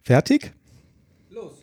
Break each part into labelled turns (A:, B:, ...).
A: Fertig?
B: Los.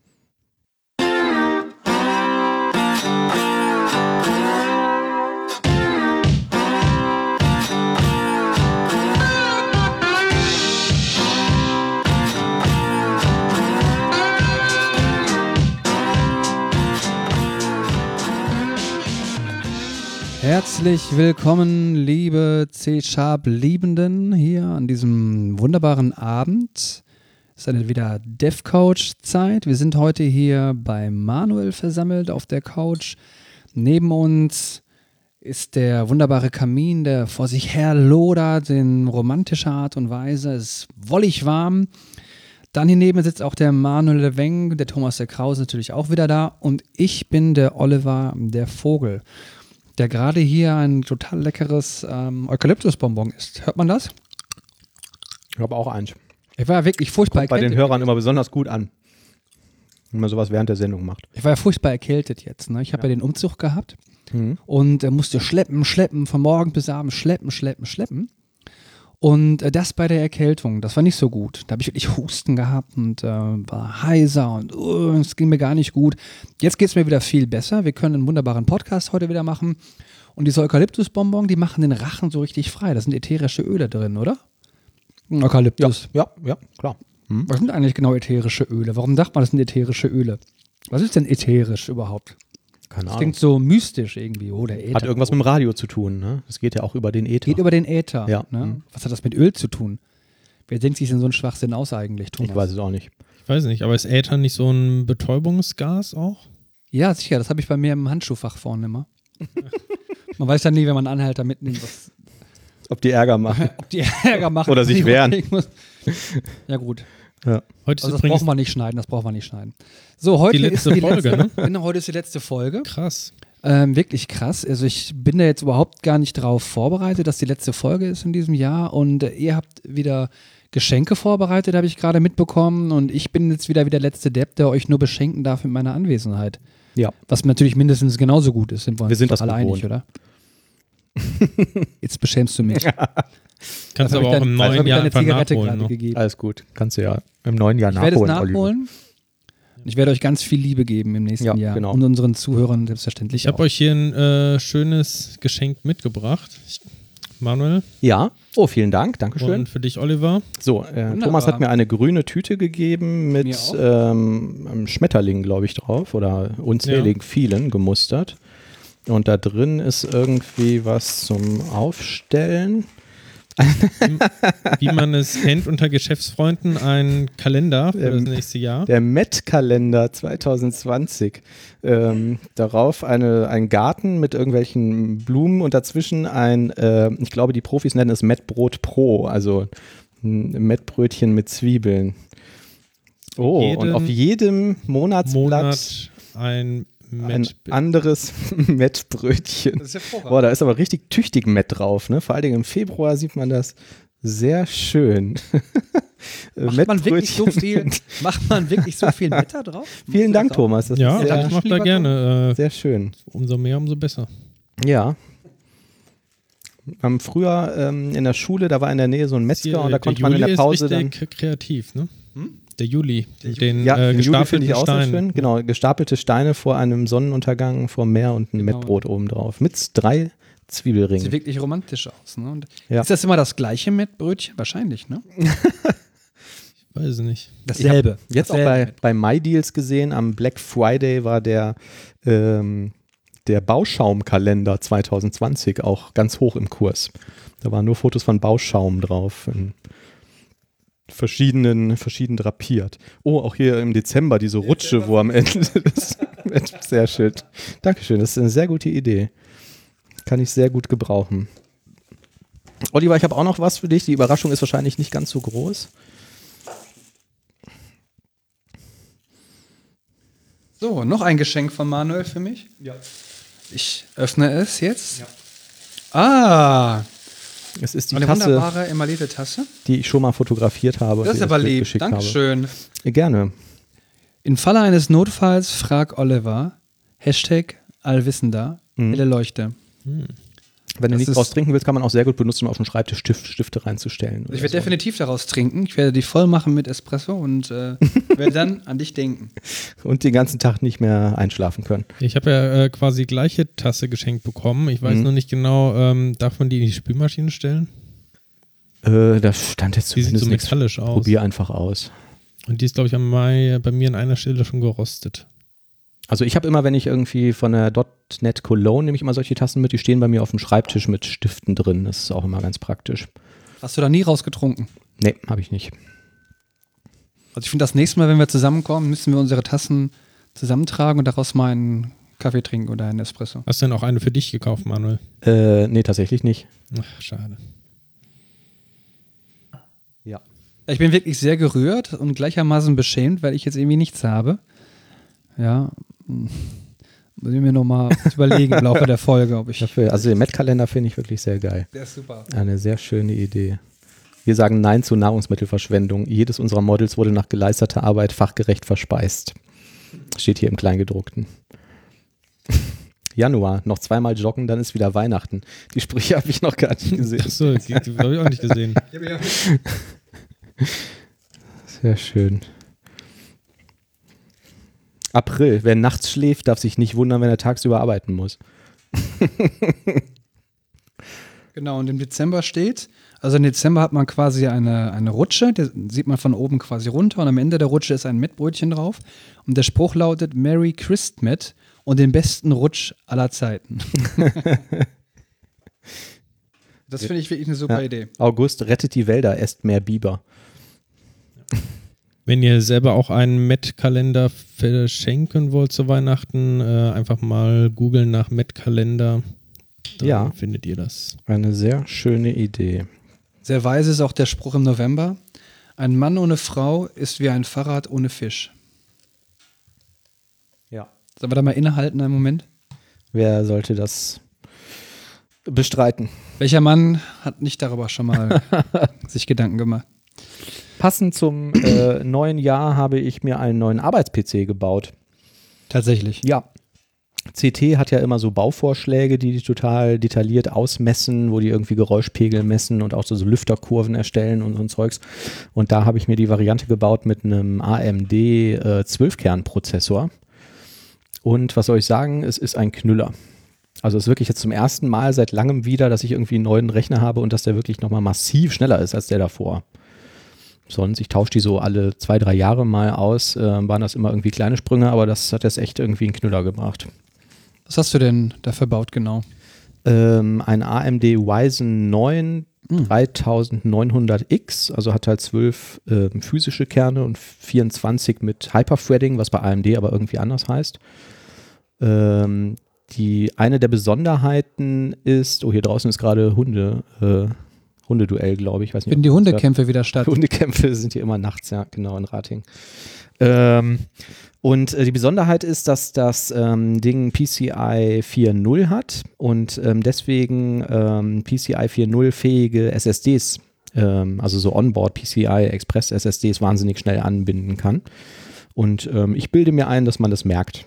B: Herzlich willkommen, liebe C-Sharp-Liebenden, hier an diesem wunderbaren Abend. Es ist wieder DevCoach-Zeit. Wir sind heute hier bei Manuel versammelt auf der Couch. Neben uns ist der wunderbare Kamin, der vor sich her lodert in romantischer Art und Weise. Es ist wollig warm. Dann hier neben sitzt auch der Manuel Leweng, der Thomas der Krause natürlich auch wieder da. Und ich bin der Oliver der Vogel, der gerade hier ein total leckeres Eukalyptusbonbon isst. Hört man das?
A: Ich habe auch eins.
B: Ich war ja wirklich furchtbar
A: erkältet. Bei den Hörern immer besonders gut an, wenn man sowas während der Sendung macht.
B: Ich war ja furchtbar erkältet jetzt. Ne? Ich habe ja den Umzug gehabt und musste schleppen, von morgen bis abends schleppen. Und das bei der Erkältung, das war nicht so gut. Da habe ich wirklich Husten gehabt und war heiser und es ging mir gar nicht gut. Jetzt geht es mir wieder viel besser. Wir können einen wunderbaren Podcast heute wieder machen. Und diese Eukalyptusbonbon, die machen den Rachen so richtig frei. Da sind ätherische Öle drin, oder? Eukalyptus.
A: Ja, klar.
B: Was sind eigentlich genau ätherische Öle? Warum sagt man, das sind ätherische Öle? Was ist denn ätherisch überhaupt?
A: Keine Ahnung.
B: Das klingt so mystisch irgendwie. Oh, der Äther.
A: Hat irgendwas mit dem Radio zu tun, ne? Das geht ja auch über den Äther.
B: Geht über den Äther.
A: Ja.
B: Ne? Was hat das mit Öl zu tun? Wer denkt sich denn so einen Schwachsinn aus eigentlich, Thomas?
A: Ich weiß es auch nicht.
C: Ich weiß nicht, aber ist Äther nicht so ein Betäubungsgas auch?
B: Ja, sicher. Das habe ich bei mir im Handschuhfach vorne immer. Man weiß ja nie, wenn man einen Anhalter mitnimmt,
A: ob die Ärger machen. Oder sich wehren.
B: Ja, gut.
A: Ja.
C: Heute
B: also das brauchen wir nicht schneiden. So, heute
C: die letzte Folge, ne?
B: Genau, heute ist die letzte Folge.
C: Krass.
B: Wirklich krass. Also ich bin da jetzt überhaupt gar nicht drauf vorbereitet, dass die letzte Folge ist in diesem Jahr und ihr habt wieder Geschenke vorbereitet, habe ich gerade mitbekommen und ich bin jetzt wieder der letzte Depp, der euch nur beschenken darf mit meiner Anwesenheit.
A: Ja.
B: Was natürlich mindestens genauso gut ist.
A: Wir sind das
B: alle einig, oder? Jetzt beschämst du mich.
C: Kannst du aber auch im neuen Jahr einfach nachholen. Ne?
B: Gegeben.
A: Alles gut. Kannst du ja im neuen Jahr nachholen.
B: Ich werde es nachholen. Ich werde euch ganz viel Liebe geben im nächsten Jahr.
A: Genau.
B: Und unseren Zuhörern selbstverständlich
C: Ich habe euch hier ein schönes Geschenk mitgebracht. Manuel.
A: Ja. Oh, vielen Dank. Dankeschön.
C: Und für dich, Oliver.
A: So, Thomas hat mir eine grüne Tüte gegeben mit einem Schmetterling, glaube ich, drauf. Oder unzähligen vielen gemustert. Und da drin ist irgendwie was zum Aufstellen.
C: Wie man es kennt unter Geschäftsfreunden, ein Kalender für das nächste Jahr.
A: Der Met-Kalender 2020. Darauf ein Garten mit irgendwelchen Blumen und dazwischen ich glaube, die Profis nennen es Mettbrot Pro, also ein Mettbrötchen mit Zwiebeln. Oh, und auf jedem Monatsblatt ein anderes Mettbrötchen.
B: Das ist hervorragend.
A: Boah, da ist aber richtig tüchtig Mett drauf, ne? Vor allen Dingen im Februar sieht man das sehr schön.
B: Macht man wirklich so viel Mett da drauf?
A: Vielen Dank, Thomas. Das
C: ich
A: ist
C: mache da gerne.
A: Sehr schön.
C: Umso mehr, umso besser.
A: Ja. Wir haben früher in der Schule, da war in der Nähe so ein Metzger und da konnte man in der Pause
C: dann... ist richtig kreativ, ne? Der Juli, den
A: Juli finde ich auch
C: Steinen.
A: sehr schön. Genau, gestapelte Steine vor einem Sonnenuntergang, vor dem Meer und ein Mettbrot oben drauf. Mit 3 Zwiebelringen.
B: Sieht wirklich romantisch aus. Ne? Ist das immer das gleiche Mettbrötchen? Wahrscheinlich, ne?
C: Ich weiß es nicht.
B: Dasselbe.
A: Jetzt auch bei MyDeals gesehen, am Black Friday war der Bauschaumkalender 2020 auch ganz hoch im Kurs. Da waren nur Fotos von Bauschaum drauf. Verschieden drapiert. Oh, auch hier im Dezember diese Rutsche, wo am Ende das sehr schön. Dankeschön, das ist eine sehr gute Idee. Kann ich sehr gut gebrauchen. Oliver, ich habe auch noch was für dich. Die Überraschung ist wahrscheinlich nicht ganz so groß.
B: So, noch ein Geschenk von Manuel für mich. Ja. Ich öffne es jetzt. Ja. Ah!
A: Es ist die
B: eine
A: Tasse,
B: wunderbare emaillierte Tasse,
A: die ich schon mal fotografiert habe.
B: Das ist aber lieb. Dankeschön.
A: Gerne.
B: Im Falle eines Notfalls frag Oliver. #Allwissender. Helle Leuchte.
A: Wenn du nichts draus trinken willst, kann man auch sehr gut benutzen, um auf den Schreibtisch Stifte reinzustellen.
B: Ich werde definitiv daraus trinken. Ich werde die voll machen mit Espresso und werde dann an dich denken.
A: Und den ganzen Tag nicht mehr einschlafen können.
C: Ich habe ja quasi gleiche Tasse geschenkt bekommen. Ich weiß noch nicht genau, darf man die in die Spülmaschine stellen?
A: Da stand jetzt
C: zumindest so metallisch
A: aus. Probier einfach aus.
C: Und die ist, glaube ich, bei mir an einer Stelle schon gerostet.
A: Also ich habe immer, wenn ich irgendwie von der .NET Cologne, nehme ich immer solche Tassen mit, die stehen bei mir auf dem Schreibtisch mit Stiften drin. Das ist auch immer ganz praktisch.
B: Hast du da nie rausgetrunken?
A: Nee, habe ich nicht.
B: Also ich finde, das nächste Mal, wenn wir zusammenkommen, müssen wir unsere Tassen zusammentragen und daraus mal einen Kaffee trinken oder einen Espresso.
C: Hast du denn auch eine für dich gekauft, Manuel?
A: Nee, tatsächlich nicht.
C: Ach, schade.
A: Ja.
B: Ich bin wirklich sehr gerührt und gleichermaßen beschämt, weil ich jetzt irgendwie nichts habe. Ja, muss ich mir nochmal überlegen im Laufe der Folge, ob ich.
A: Also den Met-Kalender finde ich wirklich sehr geil.
B: Der ist super.
A: Eine sehr schöne Idee. Wir sagen Nein zur Nahrungsmittelverschwendung. Jedes unserer Models wurde nach geleisteter Arbeit fachgerecht verspeist. Steht hier im Kleingedruckten. Januar, noch 2-mal joggen, dann ist wieder Weihnachten. Die Sprüche habe ich noch gar nicht gesehen.
C: Achso, die habe ich auch nicht gesehen.
A: Sehr schön. April, wer nachts schläft, darf sich nicht wundern, wenn er tagsüber arbeiten muss.
B: Genau, und im Dezember steht, also im Dezember hat man quasi eine Rutsche, die sieht man von oben quasi runter und am Ende der Rutsche ist ein Mettbrötchen drauf und der Spruch lautet Merry Christmas und den besten Rutsch aller Zeiten. Das finde ich wirklich eine super Idee.
A: August, rettet die Wälder, esst mehr Biber.
C: Wenn ihr selber auch einen Met-Kalender verschenken wollt zu Weihnachten, einfach mal googeln nach Met-Kalender. Dann findet ihr das.
A: Eine sehr schöne Idee.
B: Sehr weise ist auch der Spruch im November. Ein Mann ohne Frau ist wie ein Fahrrad ohne Fisch.
A: Ja.
B: Sollen wir da mal innehalten einen Moment?
A: Wer sollte das bestreiten?
B: Welcher Mann hat nicht darüber schon mal sich Gedanken gemacht?
A: Passend zum neuen Jahr habe ich mir einen neuen Arbeits-PC gebaut.
B: Tatsächlich?
A: Ja. CT hat ja immer so Bauvorschläge, die total detailliert ausmessen, wo die irgendwie Geräuschpegel messen und auch so Lüfterkurven erstellen und so ein Zeugs. Und da habe ich mir die Variante gebaut mit einem AMD 12-Kern-Prozessor. Und was soll ich sagen, es ist ein Knüller. Also es ist wirklich jetzt zum ersten Mal seit langem wieder, dass ich irgendwie einen neuen Rechner habe und dass der wirklich nochmal massiv schneller ist als der davor. Sonst, ich tausche die so alle 2-3 Jahre mal aus, waren das immer irgendwie kleine Sprünge, aber das hat jetzt echt irgendwie einen Knüller gebracht.
B: Was hast du denn da verbaut genau?
A: Ein AMD Ryzen 9 3900X, also hat halt 12 physische Kerne und 24 mit Hyperthreading, was bei AMD aber irgendwie anders heißt. Eine der Besonderheiten ist, hier draußen ist gerade Hundeduell, glaube ich. Weiß nicht,
B: finden die Hundekämpfe wieder statt?
A: Hundekämpfe sind hier immer nachts, ja, genau, in Rating. Und die Besonderheit ist, dass das Ding PCI 4.0 hat und deswegen PCI 4.0 fähige SSDs, also so Onboard PCI Express SSDs wahnsinnig schnell anbinden kann. Und ich bilde mir ein, dass man das merkt.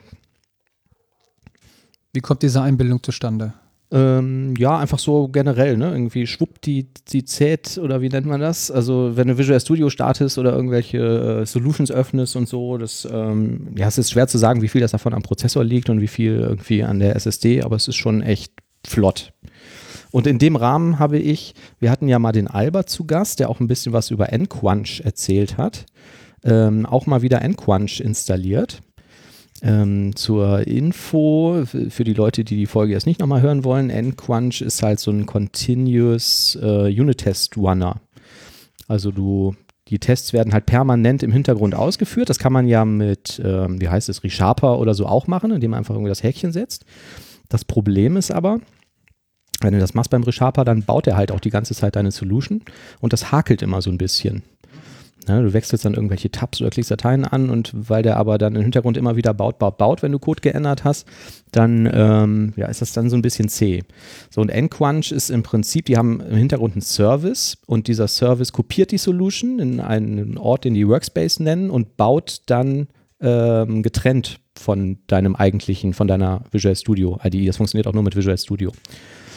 B: Wie kommt diese Einbildung zustande?
A: Ja, einfach so generell, ne? Irgendwie schwuppt die zäht oder wie nennt man das? Also wenn du Visual Studio startest oder irgendwelche Solutions öffnest und so, es ist schwer zu sagen, wie viel das davon am Prozessor liegt und wie viel irgendwie an der SSD, aber es ist schon echt flott. Und in dem Rahmen wir hatten ja mal den Albert zu Gast, der auch ein bisschen was über nQuanch erzählt hat, auch mal wieder nQuanch installiert. Zur Info, für die Leute, die die Folge jetzt nicht nochmal hören wollen, nQuanch ist halt so ein Continuous Unit-Test-Runner. Also die Tests werden halt permanent im Hintergrund ausgeführt. Das kann man ja mit, ReSharper oder so auch machen, indem man einfach irgendwie das Häkchen setzt. Das Problem ist aber, wenn du das machst beim ReSharper, dann baut er halt auch die ganze Zeit deine Solution und das hakelt immer so ein bisschen. Ja, du wechselst dann irgendwelche Tabs oder klickst Dateien an und weil der aber dann im Hintergrund immer wieder baut, wenn du Code geändert hast, dann ist das dann so ein bisschen zäh. So, und nQuanch ist im Prinzip, die haben im Hintergrund einen Service und dieser Service kopiert die Solution in einen Ort, den die Workspace nennen und baut dann getrennt von deiner Visual Studio IDE. Das funktioniert auch nur mit Visual Studio.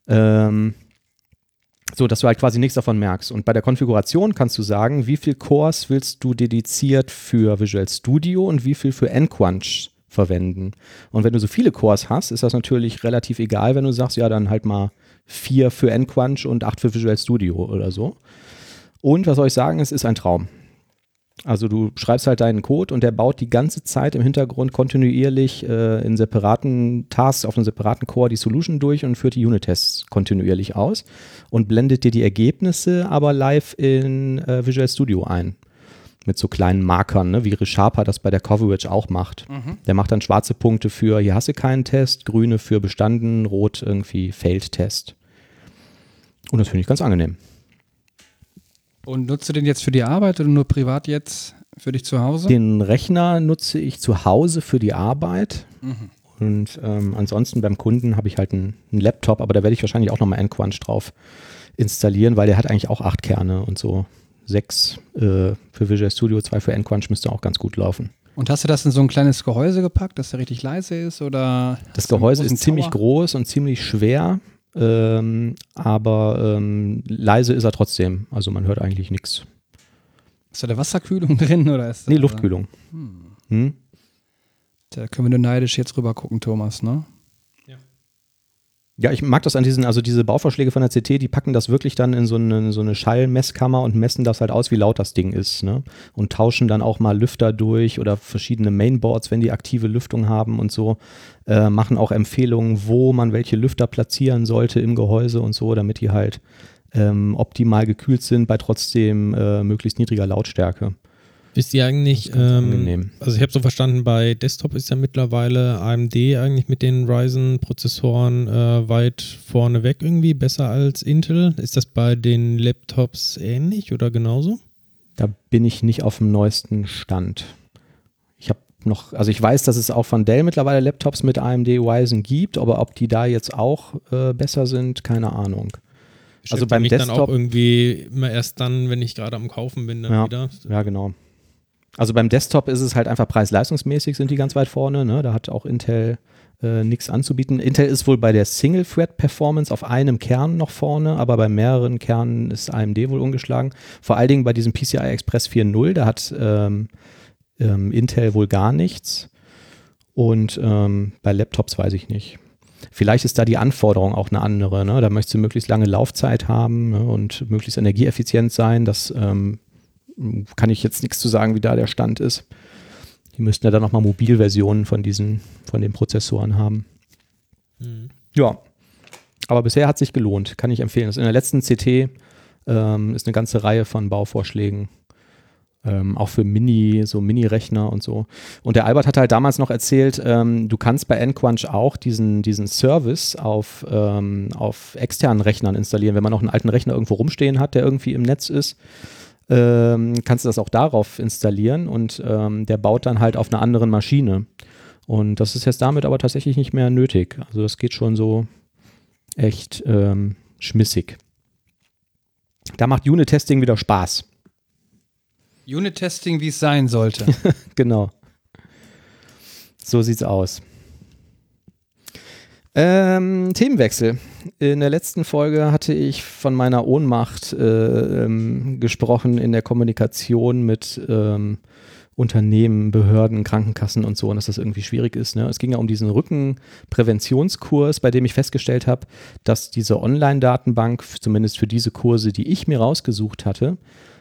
A: So, dass du halt quasi nichts davon merkst. Und bei der Konfiguration kannst du sagen, wie viel Cores willst du dediziert für Visual Studio und wie viel für nQuanch verwenden. Und wenn du so viele Cores hast, ist das natürlich relativ egal, wenn du sagst, ja, dann halt mal 4 für nQuanch und 8 für Visual Studio oder so. Und was soll ich sagen, es ist ein Traum. Also du schreibst halt deinen Code und der baut die ganze Zeit im Hintergrund kontinuierlich in separaten Tasks auf einem separaten Core die Solution durch und führt die Unit-Tests kontinuierlich aus und blendet dir die Ergebnisse aber live in Visual Studio ein. Mit so kleinen Markern, ne, wie ReSharper das bei der Coverage auch macht. Der macht dann schwarze Punkte für, hier hast du keinen Test, grüne für bestanden, rot irgendwie Failed-Test. Und das finde ich ganz angenehm.
B: Und nutzt du den jetzt für die Arbeit oder nur privat jetzt für dich zu Hause?
A: Den Rechner nutze ich zu Hause für die Arbeit. Und ansonsten beim Kunden habe ich halt einen Laptop, aber da werde ich wahrscheinlich auch nochmal nQuanch drauf installieren, weil der hat eigentlich auch 8 Kerne und so 6 für Visual Studio, 2 für nQuanch müsste auch ganz gut laufen.
B: Und hast du das in so ein kleines Gehäuse gepackt, dass der richtig leise ist? Oder
A: das Gehäuse ist ziemlich groß und ziemlich schwer. Aber leise ist er trotzdem. Also man hört eigentlich nichts.
B: Ist da der Wasserkühlung drin? Oder ist
A: nee, Luftkühlung.
B: Da können wir nur neidisch jetzt rüber gucken, Thomas, ne?
A: Ja, ich mag das an diesen, also diese Bauvorschläge von der CT, die packen das wirklich dann in so eine Schallmesskammer und messen das halt aus, wie laut das Ding ist, ne? Und tauschen dann auch mal Lüfter durch oder verschiedene Mainboards, wenn die aktive Lüftung haben und so, machen auch Empfehlungen, wo man welche Lüfter platzieren sollte im Gehäuse und so, damit die halt optimal gekühlt sind bei trotzdem möglichst niedriger Lautstärke.
C: Wisst ihr eigentlich, also ich habe so verstanden, bei Desktop ist ja mittlerweile AMD eigentlich mit den Ryzen-Prozessoren weit vorne weg irgendwie, besser als Intel. Ist das bei den Laptops ähnlich oder genauso?
A: Da bin ich nicht auf dem neuesten Stand. Ich weiß, dass es auch von Dell mittlerweile Laptops mit AMD Ryzen gibt, aber ob die da jetzt auch besser sind, keine Ahnung. Also beim
C: mich
A: Desktop
C: dann auch irgendwie immer erst dann, wenn ich gerade am Kaufen bin, dann wieder.
A: Ja, genau. Also beim Desktop ist es halt einfach preis-leistungsmäßig, sind die ganz weit vorne, ne? Da hat auch Intel nichts anzubieten. Intel ist wohl bei der Single-Thread-Performance auf einem Kern noch vorne, aber bei mehreren Kernen ist AMD wohl ungeschlagen. Vor allen Dingen bei diesem PCI Express 4.0, da hat Intel wohl gar nichts. Und bei Laptops weiß ich nicht. Vielleicht ist da die Anforderung auch eine andere, ne? Da möchtest du möglichst lange Laufzeit haben, ne? Und möglichst energieeffizient sein. Das kann ich jetzt nichts zu sagen, wie da der Stand ist. Die müssten ja dann nochmal Mobilversionen von den Prozessoren haben. Ja, aber bisher hat es sich gelohnt, kann ich empfehlen. In der letzten CT ist eine ganze Reihe von Bauvorschlägen, auch für Mini-Rechner und so. Und der Albert hat halt damals noch erzählt, du kannst bei nQuanch auch diesen Service auf externen Rechnern installieren. Wenn man noch einen alten Rechner irgendwo rumstehen hat, der irgendwie im Netz ist, kannst du das auch darauf installieren und der baut dann halt auf einer anderen Maschine. Und das ist jetzt damit aber tatsächlich nicht mehr nötig. Also das geht schon so echt schmissig. Da macht Unit-Testing wieder Spaß.
B: Unit-Testing, wie es sein sollte.
A: Genau. So sieht's aus. Themenwechsel. In der letzten Folge hatte ich von meiner Ohnmacht gesprochen in der Kommunikation mit Unternehmen, Behörden, Krankenkassen und so, und dass das irgendwie schwierig ist. Ne? Es ging ja um diesen Rückenpräventionskurs, bei dem ich festgestellt habe, dass diese Online-Datenbank, zumindest für diese Kurse, die ich mir rausgesucht hatte,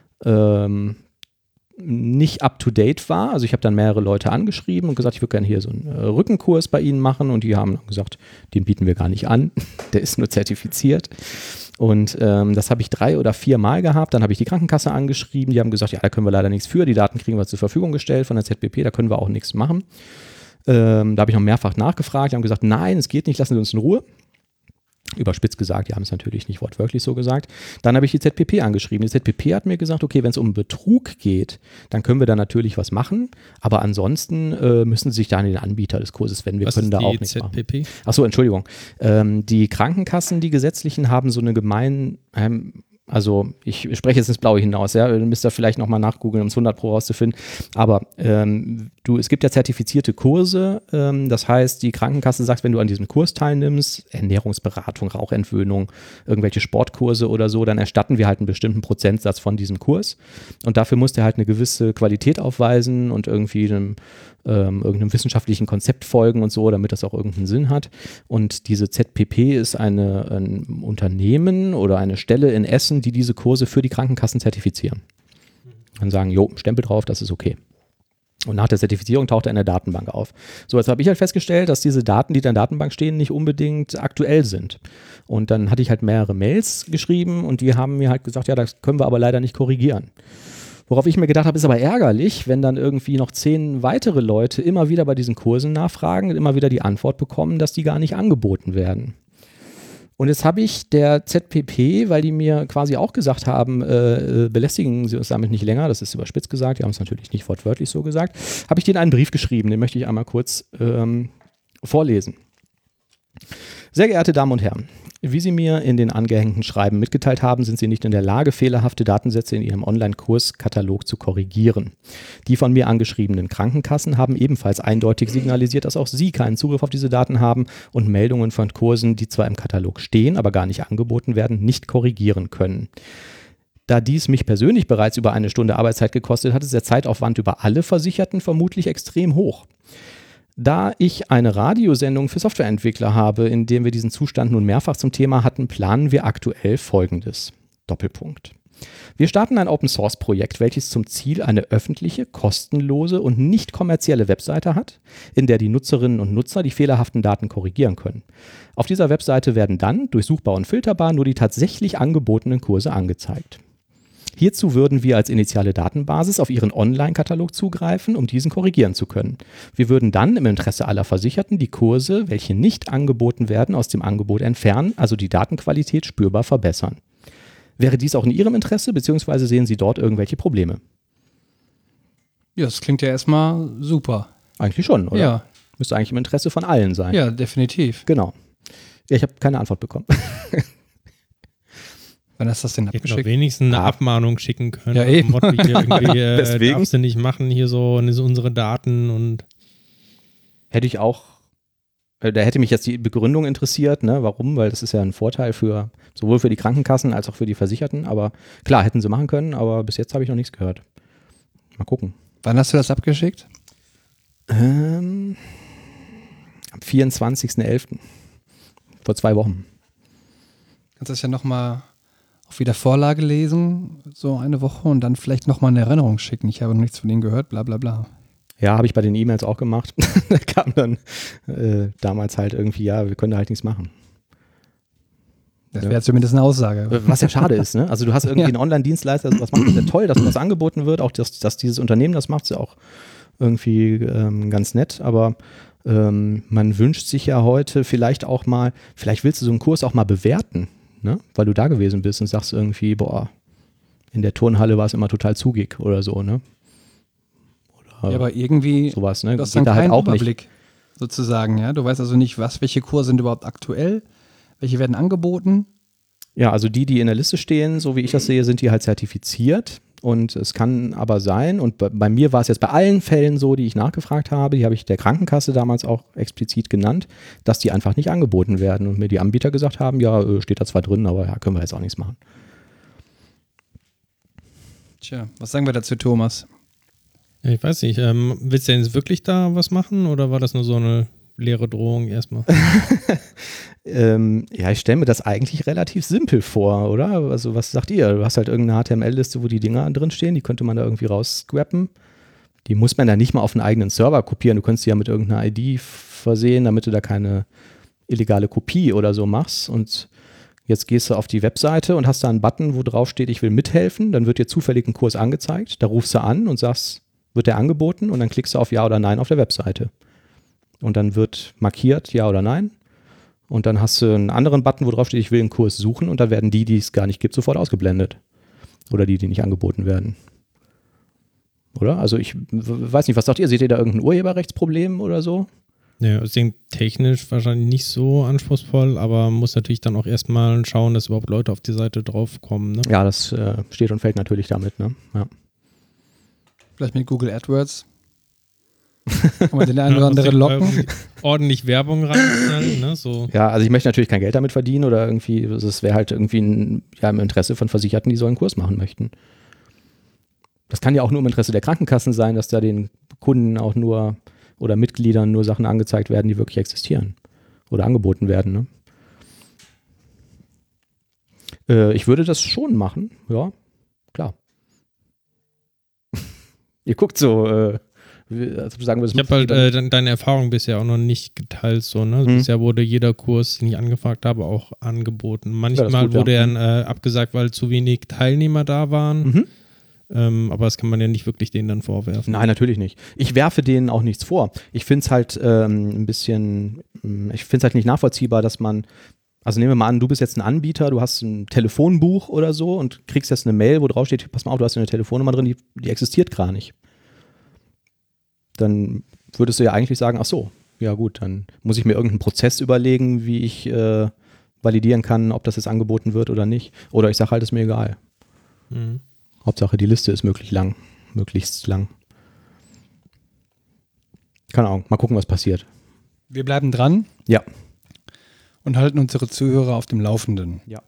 A: nicht up-to-date war. Also ich habe dann mehrere Leute angeschrieben und gesagt, ich würde gerne hier so einen Rückenkurs bei Ihnen machen, und die haben dann gesagt, den bieten wir gar nicht an, der ist nur zertifiziert. Und das habe ich 3 oder 4 Mal gehabt. Dann habe ich die Krankenkasse angeschrieben, die haben gesagt, ja, da können wir leider nichts für, die Daten kriegen wir zur Verfügung gestellt von der ZPP, da können wir auch nichts machen. Da habe ich noch mehrfach nachgefragt, die haben gesagt, nein, es geht nicht, lassen Sie uns in Ruhe. Überspitzt gesagt, die haben es natürlich nicht wortwörtlich so gesagt. Dann habe ich die ZPP angeschrieben. Die ZPP hat mir gesagt, okay, wenn es um Betrug geht, dann können wir da natürlich was machen, aber ansonsten müssen Sie sich da an den Anbieter des Kurses wenden. Wir können da auch nichts machen. Achso, Entschuldigung. Die Krankenkassen, die gesetzlichen, haben so eine Also ich spreche jetzt ins Blaue hinaus, ja. Du müsst da vielleicht nochmal nachgoogeln, um es 100 Pro rauszufinden. Aber es gibt ja zertifizierte Kurse. Das heißt, die Krankenkasse sagt, wenn du an diesem Kurs teilnimmst, Ernährungsberatung, Rauchentwöhnung, irgendwelche Sportkurse oder so, dann erstatten wir halt einen bestimmten Prozentsatz von diesem Kurs. Und dafür muss der halt eine gewisse Qualität aufweisen und irgendwie irgendeinem wissenschaftlichen Konzept folgen und so, damit das auch irgendeinen Sinn hat. Und diese ZPP ist ein Unternehmen oder eine Stelle in Essen, die diese Kurse für die Krankenkassen zertifizieren. Dann sagen, jo, Stempel drauf, das ist okay. Und nach der Zertifizierung taucht er in der Datenbank auf. So, jetzt habe ich halt festgestellt, dass diese Daten, die da in der Datenbank stehen, nicht unbedingt aktuell sind. Und dann hatte ich halt mehrere Mails geschrieben und die haben mir halt gesagt, ja, das können wir aber leider nicht korrigieren. Worauf ich mir gedacht habe, ist aber ärgerlich, wenn dann irgendwie noch 10 weitere Leute immer wieder bei diesen Kursen nachfragen und immer wieder die Antwort bekommen, dass die gar nicht angeboten werden. Und jetzt habe ich der ZPP, weil die mir quasi auch gesagt haben, belästigen Sie uns damit nicht länger, das ist überspitzt gesagt, die haben es natürlich nicht wortwörtlich so gesagt, habe ich denen einen Brief geschrieben, den möchte ich einmal kurz vorlesen. Sehr geehrte Damen und Herren, wie Sie mir in den angehängten Schreiben mitgeteilt haben, sind Sie nicht in der Lage, fehlerhafte Datensätze in Ihrem Online-Kurskatalog zu korrigieren. Die von mir angeschriebenen Krankenkassen haben ebenfalls eindeutig signalisiert, dass auch Sie keinen Zugriff auf diese Daten haben und Meldungen von Kursen, die zwar im Katalog stehen, aber gar nicht angeboten werden, nicht korrigieren können. Da dies mich persönlich bereits über eine Stunde Arbeitszeit gekostet hat, ist der Zeitaufwand über alle Versicherten vermutlich extrem hoch. Da ich eine Radiosendung für Softwareentwickler habe, in dem wir diesen Zustand nun mehrfach zum Thema hatten, planen wir aktuell Folgendes. Doppelpunkt. Wir starten ein Open-Source-Projekt, welches zum Ziel eine öffentliche, kostenlose und nicht kommerzielle Webseite hat, in der die Nutzerinnen und Nutzer die fehlerhaften Daten korrigieren können. Auf dieser Webseite werden dann, durchsuchbar und filterbar, nur die tatsächlich angebotenen Kurse angezeigt. Hierzu würden wir als initiale Datenbasis auf Ihren Online-Katalog zugreifen, um diesen korrigieren zu können. Wir würden dann im Interesse aller Versicherten die Kurse, welche nicht angeboten werden, aus dem Angebot entfernen, also die Datenqualität spürbar verbessern. Wäre dies auch in Ihrem Interesse, beziehungsweise sehen Sie dort irgendwelche Probleme?
B: Ja, das klingt ja erstmal super.
A: Eigentlich schon, oder?
B: Ja.
A: Müsste eigentlich im Interesse von allen sein.
B: Ja, definitiv.
A: Genau. Ja, ich habe keine Antwort bekommen.
B: Wann hast du das denn
C: abgeschickt?
B: abgeschickt?
C: Hätte wenigstens eine Abmahnung schicken können.
B: Ja, eben.
C: Motto, hier irgendwie,
A: Deswegen?
C: darfst du nicht machen, hier so unsere Daten und.
A: Hätte ich auch, da hätte mich jetzt die Begründung interessiert, ne? Warum? Weil das ist ja ein Vorteil sowohl für die Krankenkassen als auch für die Versicherten. Aber klar, hätten sie machen können, aber bis jetzt habe ich noch nichts gehört. Mal gucken.
B: Wann hast du das abgeschickt?
A: Am 24.11. Vor 2 Wochen.
B: Kannst du das ja nochmal auf wieder Vorlage lesen, so eine Woche und dann vielleicht nochmal eine Erinnerung schicken. Ich habe noch nichts von denen gehört, bla bla bla.
A: Ja, habe ich bei den E-Mails auch gemacht. Da kam dann damals halt irgendwie, ja, wir können da halt nichts machen.
B: Das wäre zumindest eine Aussage.
A: Was ja schade ist, ne? Also du hast irgendwie einen Online-Dienstleister, was macht das ja toll, dass das angeboten wird, auch dass dieses Unternehmen das macht, ist ja auch irgendwie ganz nett, aber man wünscht sich ja heute vielleicht willst du so einen Kurs auch mal bewerten, ne? Weil du da gewesen bist und sagst irgendwie, boah, in der Turnhalle war es immer total zugig oder so, ne? Oder
B: ja, aber irgendwie
A: sowas, ne?
B: du hast dann
A: Geht da
B: keinen
A: halt auch
B: Überblick
A: nicht.
B: sozusagen, ja? Du weißt also nicht, welche Kurse sind überhaupt aktuell, welche werden angeboten.
A: Ja, also die in der Liste stehen, so wie ich das sehe, sind die halt zertifiziert. Und es kann aber sein, und bei mir war es jetzt bei allen Fällen so, die ich nachgefragt habe, die habe ich der Krankenkasse damals auch explizit genannt, dass die einfach nicht angeboten werden und mir die Anbieter gesagt haben, ja, steht da zwar drin, aber ja, können wir jetzt auch nichts machen.
B: Tja, was sagen wir dazu, Thomas?
C: Ja, ich weiß nicht, willst du denn jetzt wirklich da was machen oder war das nur so eine leere Drohung erstmal?
A: Ja, ich stelle mir das eigentlich relativ simpel vor, oder? Also was sagt ihr? Du hast halt irgendeine HTML-Liste, wo die Dinger drin stehen, die könnte man da irgendwie rausgrappen. Die muss man da nicht mal auf einen eigenen Server kopieren. Du könntest die ja mit irgendeiner ID versehen, damit du da keine illegale Kopie oder so machst. Und jetzt gehst du auf die Webseite und hast da einen Button, wo drauf steht, ich will mithelfen. Dann wird dir zufällig ein Kurs angezeigt. Da rufst du an und sagst, wird der angeboten? Und dann klickst du auf Ja oder Nein auf der Webseite. Und dann wird markiert Ja oder Nein. Und dann hast du einen anderen Button, wo drauf steht, ich will einen Kurs suchen. Und da werden die es gar nicht gibt, sofort ausgeblendet. Oder die nicht angeboten werden. Oder? Also ich weiß nicht, was sagt ihr? Seht ihr da irgendein Urheberrechtsproblem oder so?
C: Ja, ich denke, technisch wahrscheinlich nicht so anspruchsvoll, aber man muss natürlich dann auch erstmal schauen, dass überhaupt Leute auf die Seite draufkommen. Ne?
A: Ja, das steht und fällt natürlich damit. Ne? Ja.
B: Vielleicht mit Google AdWords. Kann man den einen oder anderen locken.
C: Ordentlich Werbung reinknallen. Ne? So.
A: Ja, also ich möchte natürlich kein Geld damit verdienen oder irgendwie, es wäre halt irgendwie im Interesse von Versicherten, die so einen Kurs machen möchten. Das kann ja auch nur im Interesse der Krankenkassen sein, dass da den Kunden auch nur oder Mitgliedern nur Sachen angezeigt werden, die wirklich existieren oder angeboten werden. Ne? Ich würde das schon machen, ja, klar. Ihr guckt so, sagen wir es.
C: Ich habe halt deine Erfahrung bisher auch noch nicht geteilt, so, ne? Bisher wurde jeder Kurs, den ich angefragt habe, auch angeboten. Manchmal wurde er abgesagt, weil zu wenig Teilnehmer da waren. Aber das kann man ja nicht wirklich denen dann vorwerfen.
A: Nein, natürlich nicht. Ich werfe denen auch nichts vor. Ich finde es halt nicht nachvollziehbar, dass man, also nehmen wir mal an, du bist jetzt ein Anbieter, du hast ein Telefonbuch oder so und kriegst jetzt eine Mail, wo drauf steht, pass mal auf, du hast eine Telefonnummer drin, die existiert gar nicht. Dann würdest du ja eigentlich sagen, ach so, ja gut, dann muss ich mir irgendeinen Prozess überlegen, wie ich validieren kann, ob das jetzt angeboten wird oder nicht. Oder ich sage halt, ist mir egal. Hauptsache, die Liste ist möglichst lang. Keine Ahnung, mal gucken, was passiert.
B: Wir bleiben dran.
A: Ja.
B: Und halten unsere Zuhörer auf dem Laufenden.
A: Ja.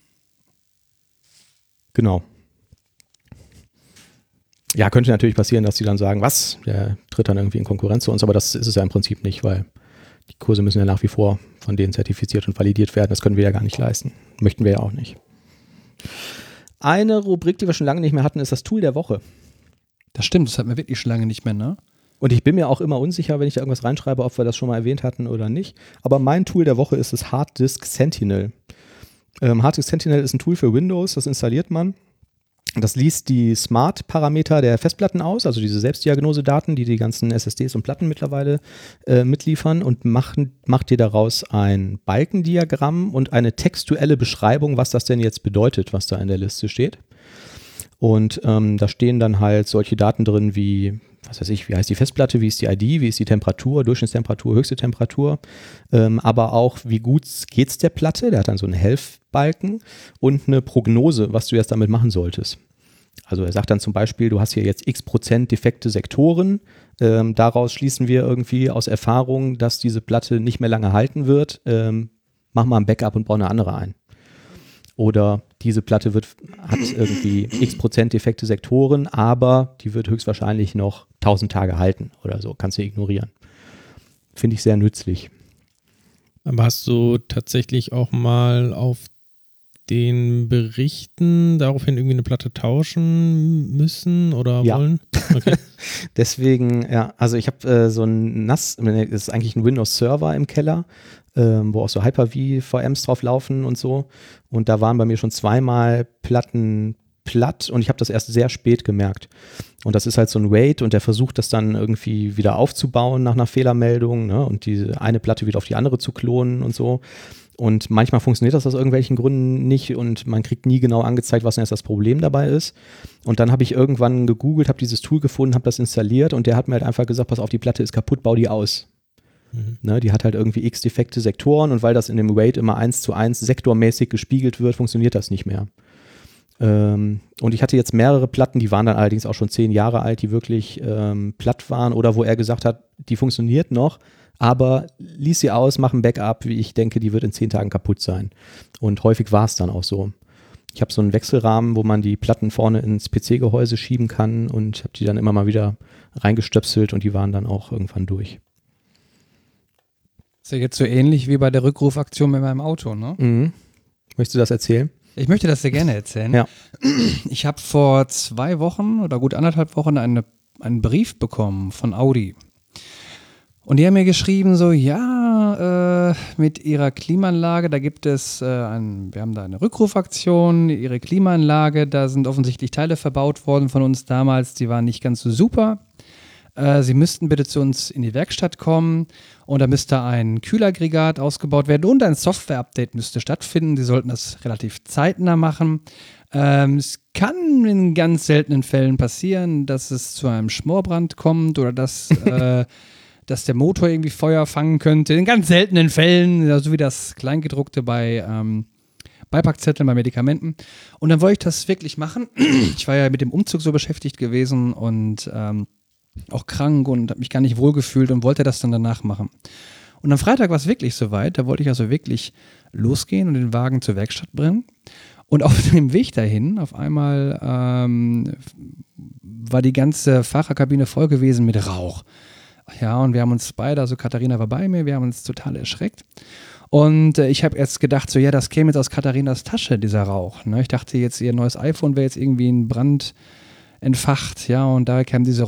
A: Genau. Ja, könnte natürlich passieren, dass die dann sagen, was, der tritt dann irgendwie in Konkurrenz zu uns, aber das ist es ja im Prinzip nicht, weil die Kurse müssen ja nach wie vor von denen zertifiziert und validiert werden. Das können wir ja gar nicht leisten. Möchten wir ja auch nicht. Eine Rubrik, die wir schon lange nicht mehr hatten, ist das Tool der Woche.
B: Das stimmt, das hatten wir wirklich schon lange nicht mehr, ne?
A: Und ich bin mir auch immer unsicher, wenn ich da irgendwas reinschreibe, ob wir das schon mal erwähnt hatten oder nicht. Aber mein Tool der Woche ist das Hard Disk Sentinel. Hard Disk Sentinel ist ein Tool für Windows, das installiert man. Das liest die Smart-Parameter der Festplatten aus, also diese Selbstdiagnosedaten, die ganzen SSDs und Platten mittlerweile mitliefern und macht dir daraus ein Balkendiagramm und eine textuelle Beschreibung, was das denn jetzt bedeutet, was da in der Liste steht. Und da stehen dann halt solche Daten drin wie, was weiß ich, wie heißt die Festplatte, wie ist die ID, wie ist die Temperatur, Durchschnittstemperatur, höchste Temperatur, aber auch wie gut geht's der Platte, der hat dann so einen Health-Balken und eine Prognose, was du jetzt damit machen solltest. Also er sagt dann zum Beispiel, du hast hier jetzt x% defekte Sektoren, daraus schließen wir irgendwie aus Erfahrung, dass diese Platte nicht mehr lange halten wird, mach mal ein Backup und bau eine andere ein. Oder diese Platte hat irgendwie x% defekte Sektoren, aber die wird höchstwahrscheinlich noch 1000 Tage halten oder so, kannst du ignorieren. Finde ich sehr nützlich.
C: Aber hast du tatsächlich auch mal auf den Berichten daraufhin irgendwie eine Platte tauschen müssen oder wollen? Okay.
A: Deswegen, ja, also ich habe so ein NAS, das ist eigentlich ein Windows-Server im Keller, wo auch so Hyper-V-VMs drauf laufen und so. Und da waren bei mir schon zweimal Platten platt und ich habe das erst sehr spät gemerkt. Und das ist halt so ein Wait und der versucht das dann irgendwie wieder aufzubauen nach einer Fehlermeldung, ne? Und diese eine Platte wieder auf die andere zu klonen und so. Und manchmal funktioniert das aus irgendwelchen Gründen nicht und man kriegt nie genau angezeigt, was denn jetzt das Problem dabei ist. Und dann habe ich irgendwann gegoogelt, habe dieses Tool gefunden, habe das installiert und der hat mir halt einfach gesagt, pass auf, die Platte ist kaputt, bau die aus. Ne, die hat halt irgendwie x defekte Sektoren und weil das in dem Wait immer 1:1 sektormäßig gespiegelt wird, funktioniert das nicht mehr. Und ich hatte jetzt mehrere Platten, die waren dann allerdings auch schon 10 Jahre alt, die wirklich platt waren oder wo er gesagt hat, die funktioniert noch, aber lies sie aus, mach ein Backup, wie ich denke, die wird in 10 Tagen kaputt sein. Und häufig war es dann auch so. Ich habe so einen Wechselrahmen, wo man die Platten vorne ins PC-Gehäuse schieben kann und habe die dann immer mal wieder reingestöpselt und die waren dann auch irgendwann durch.
B: Ist ja jetzt so ähnlich wie bei der Rückrufaktion mit meinem Auto, ne?
A: Mhm. Möchtest du das erzählen?
B: Ich möchte das sehr gerne erzählen.
A: Ja.
B: Ich habe vor 2 Wochen oder gut 1,5 Wochen einen Brief bekommen von Audi. Und die haben mir geschrieben so, ja, mit ihrer Klimaanlage, da gibt es, wir haben da eine Rückrufaktion, ihre Klimaanlage, da sind offensichtlich Teile verbaut worden von uns damals, die waren nicht ganz so super. Sie müssten bitte zu uns in die Werkstatt kommen und da müsste ein Kühlaggregat ausgebaut werden und ein Software-Update müsste stattfinden. Sie sollten das relativ zeitnah machen. Es kann in ganz seltenen Fällen passieren, dass es zu einem Schmorbrand kommt oder dass dass der Motor irgendwie Feuer fangen könnte. In ganz seltenen Fällen, so wie das Kleingedruckte bei Beipackzetteln, bei Medikamenten. Und dann wollte ich das wirklich machen. Ich war ja mit dem Umzug so beschäftigt gewesen und auch krank und habe mich gar nicht wohlgefühlt und wollte das dann danach machen. Und am Freitag war es wirklich soweit. Da wollte ich also wirklich losgehen und den Wagen zur Werkstatt bringen. Und auf dem Weg dahin, auf einmal war die ganze Fahrerkabine voll gewesen mit Rauch. Ja, und wir haben uns beide, also Katharina war bei mir, wir haben uns total erschreckt. Und ich habe erst gedacht, so ja, das käme jetzt aus Katharinas Tasche, dieser Rauch. Ne? Ich dachte jetzt, ihr neues iPhone wäre jetzt irgendwie in Brand entfacht, ja, und da kam dieser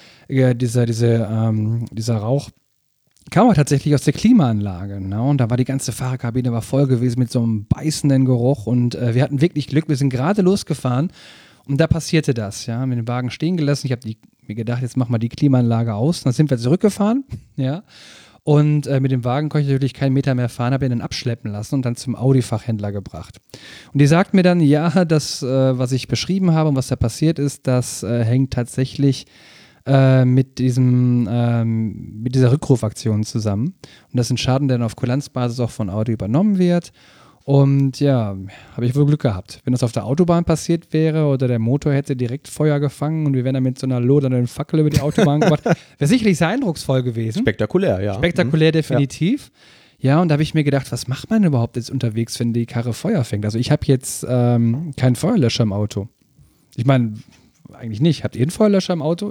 B: Rauch. Kam aber tatsächlich aus der Klimaanlage. Ne? Und da war die ganze Fahrerkabine war voll gewesen mit so einem beißenden Geruch. Und wir hatten wirklich Glück. Wir sind gerade losgefahren und da passierte das. Ja? Haben wir den Wagen stehen gelassen. Ich habe mir gedacht, jetzt mach mal die Klimaanlage aus. Dann sind wir zurückgefahren. Ja? Und mit dem Wagen konnte ich natürlich keinen Meter mehr fahren, habe ihn dann abschleppen lassen und dann zum Audi-Fachhändler gebracht. Und die sagt mir dann, ja, das, was ich beschrieben habe und was da passiert ist, das hängt tatsächlich mit dieser Rückrufaktion zusammen. Und das ist ein Schaden, der dann auf Kulanzbasis auch von Audi übernommen wird. Und ja, habe ich wohl Glück gehabt. Wenn das auf der Autobahn passiert wäre oder der Motor hätte direkt Feuer gefangen und wir wären dann mit so einer lodernden Fackel über die Autobahn gemacht, wäre sicherlich sehr eindrucksvoll gewesen.
A: Spektakulär, ja.
B: Spektakulär, definitiv. Ja, und da habe ich mir gedacht, was macht man überhaupt jetzt unterwegs, wenn die Karre Feuer fängt? Also ich habe jetzt keinen Feuerlöscher im Auto. Ich meine, eigentlich nicht. Habt ihr einen Feuerlöscher im Auto?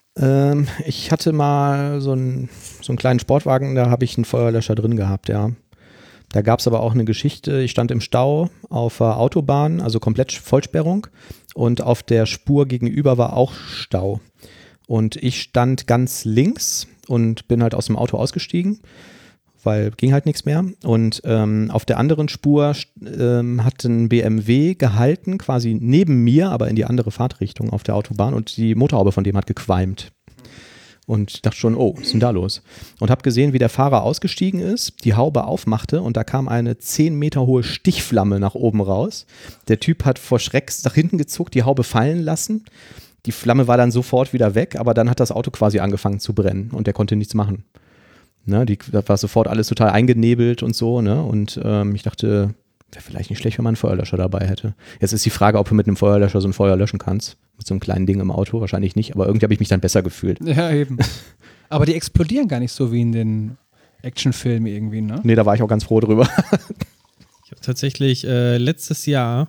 A: Ich hatte mal so einen kleinen Sportwagen, da habe ich einen Feuerlöscher drin gehabt, ja. Da gab es aber auch eine Geschichte, ich stand im Stau auf der Autobahn, also komplett Vollsperrung und auf der Spur gegenüber war auch Stau. Und ich stand ganz links und bin halt aus dem Auto ausgestiegen, weil ging halt nichts mehr. Und auf der anderen Spur hat ein BMW gehalten, quasi neben mir, aber in die andere Fahrtrichtung auf der Autobahn und die Motorhaube von dem hat gequalmt. Und ich dachte schon, oh, was ist denn da los? Und habe gesehen, wie der Fahrer ausgestiegen ist, die Haube aufmachte und da kam eine 10 Meter hohe Stichflamme nach oben raus. Der Typ hat vor Schreck nach hinten gezuckt, die Haube fallen lassen. Die Flamme war dann sofort wieder weg, aber dann hat das Auto quasi angefangen zu brennen und der konnte nichts machen. Ne, das war sofort alles total eingenebelt und so. Ne? Und ich dachte, wäre vielleicht nicht schlecht, wenn man einen Feuerlöscher dabei hätte. Jetzt ist die Frage, ob du mit einem Feuerlöscher so ein Feuer löschen kannst. Mit so einem kleinen Ding im Auto wahrscheinlich nicht, aber irgendwie habe ich mich dann besser gefühlt.
B: Ja, eben. Aber die explodieren gar nicht so wie in den Actionfilmen irgendwie, ne?
A: Nee, da war ich auch ganz froh drüber.
C: Ich habe tatsächlich letztes Jahr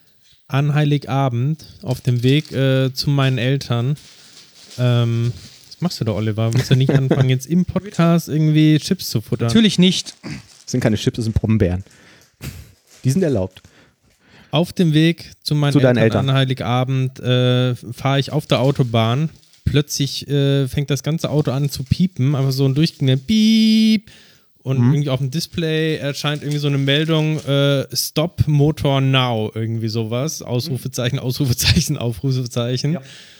C: an Heiligabend auf dem Weg zu meinen Eltern, was machst du da, Oliver? Du musst ja nicht anfangen, jetzt im Podcast irgendwie Chips zu futtern.
B: Natürlich nicht.
A: Das sind keine Chips, das sind Brombeeren. Die sind erlaubt.
C: Auf dem Weg zu meinen Eltern an Heiligabend fahre ich auf der Autobahn. Plötzlich fängt das ganze Auto an zu piepen, aber so ein durchgehender Piep. Und irgendwie auf dem Display erscheint irgendwie so eine Meldung, Stop Motor Now, irgendwie sowas. Ausrufezeichen, Ausrufezeichen, Aufrufezeichen. Ja.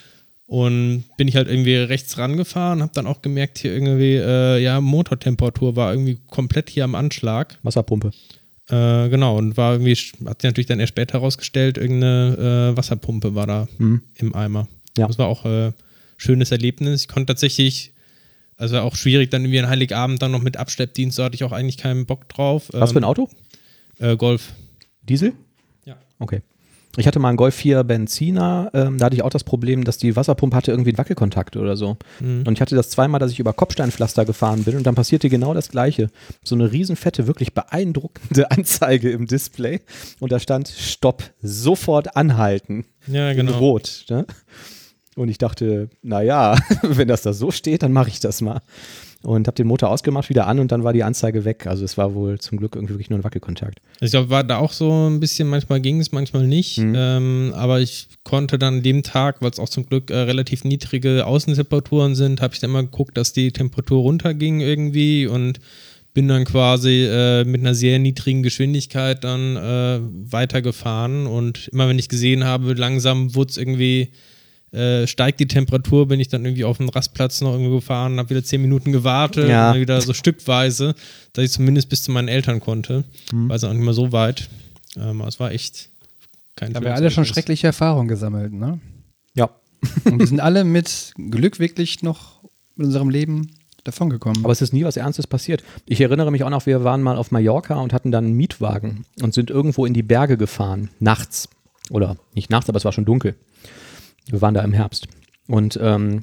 C: Und bin ich halt irgendwie rechts rangefahren, habe dann auch gemerkt, hier irgendwie, Motortemperatur war irgendwie komplett hier am Anschlag.
A: Wasserpumpe.
C: Genau, und war irgendwie, hat sich natürlich dann erst später herausgestellt, irgendeine Wasserpumpe war da im Eimer. Ja. Das war auch ein schönes Erlebnis. Ich konnte tatsächlich, also auch schwierig, dann irgendwie an Heiligabend dann noch mit Abschleppdienst, da hatte ich auch eigentlich keinen Bock drauf.
A: Was für ein Auto?
C: Golf.
A: Diesel?
C: Ja.
A: Okay. Ich hatte mal einen Golf 4 Benziner, da hatte ich auch das Problem, dass die Wasserpumpe hatte irgendwie einen Wackelkontakt oder so. Und ich hatte das zweimal, dass ich über Kopfsteinpflaster gefahren bin und dann passierte genau das Gleiche. So eine riesenfette, wirklich beeindruckende Anzeige im Display und da stand Stopp, sofort anhalten.
C: Ja, genau.
A: In Rot. Ne? Und ich dachte, naja, wenn das da so steht, dann mache ich das mal. Und habe den Motor ausgemacht, wieder an und dann war die Anzeige weg. Also es war wohl zum Glück irgendwie wirklich nur ein Wackelkontakt.
C: Ich glaube, war da auch so ein bisschen, manchmal ging es, manchmal nicht. Aber ich konnte dann an dem Tag, weil es auch zum Glück relativ niedrige Außentemperaturen sind, habe ich dann mal geguckt, dass die Temperatur runterging irgendwie und bin dann quasi mit einer sehr niedrigen Geschwindigkeit dann weitergefahren. Und immer wenn ich gesehen habe, langsam wurde es irgendwie steigt die Temperatur, bin ich dann irgendwie auf den Rastplatz noch irgendwo gefahren, habe wieder 10 Minuten gewartet und dann wieder so stückweise, dass ich zumindest bis zu meinen Eltern konnte. War es auch nicht mehr so weit. Es war echt kein
B: schönes. Da haben wir alle schon schreckliche Erfahrungen gesammelt, ne?
A: Ja.
B: Und wir sind alle mit Glück wirklich noch in unserem Leben davon gekommen.
A: Aber es ist nie was Ernstes passiert. Ich erinnere mich auch noch, wir waren mal auf Mallorca und hatten dann einen Mietwagen und sind irgendwo in die Berge gefahren, nachts. Oder nicht nachts, aber es war schon dunkel. Wir waren da im Herbst. Und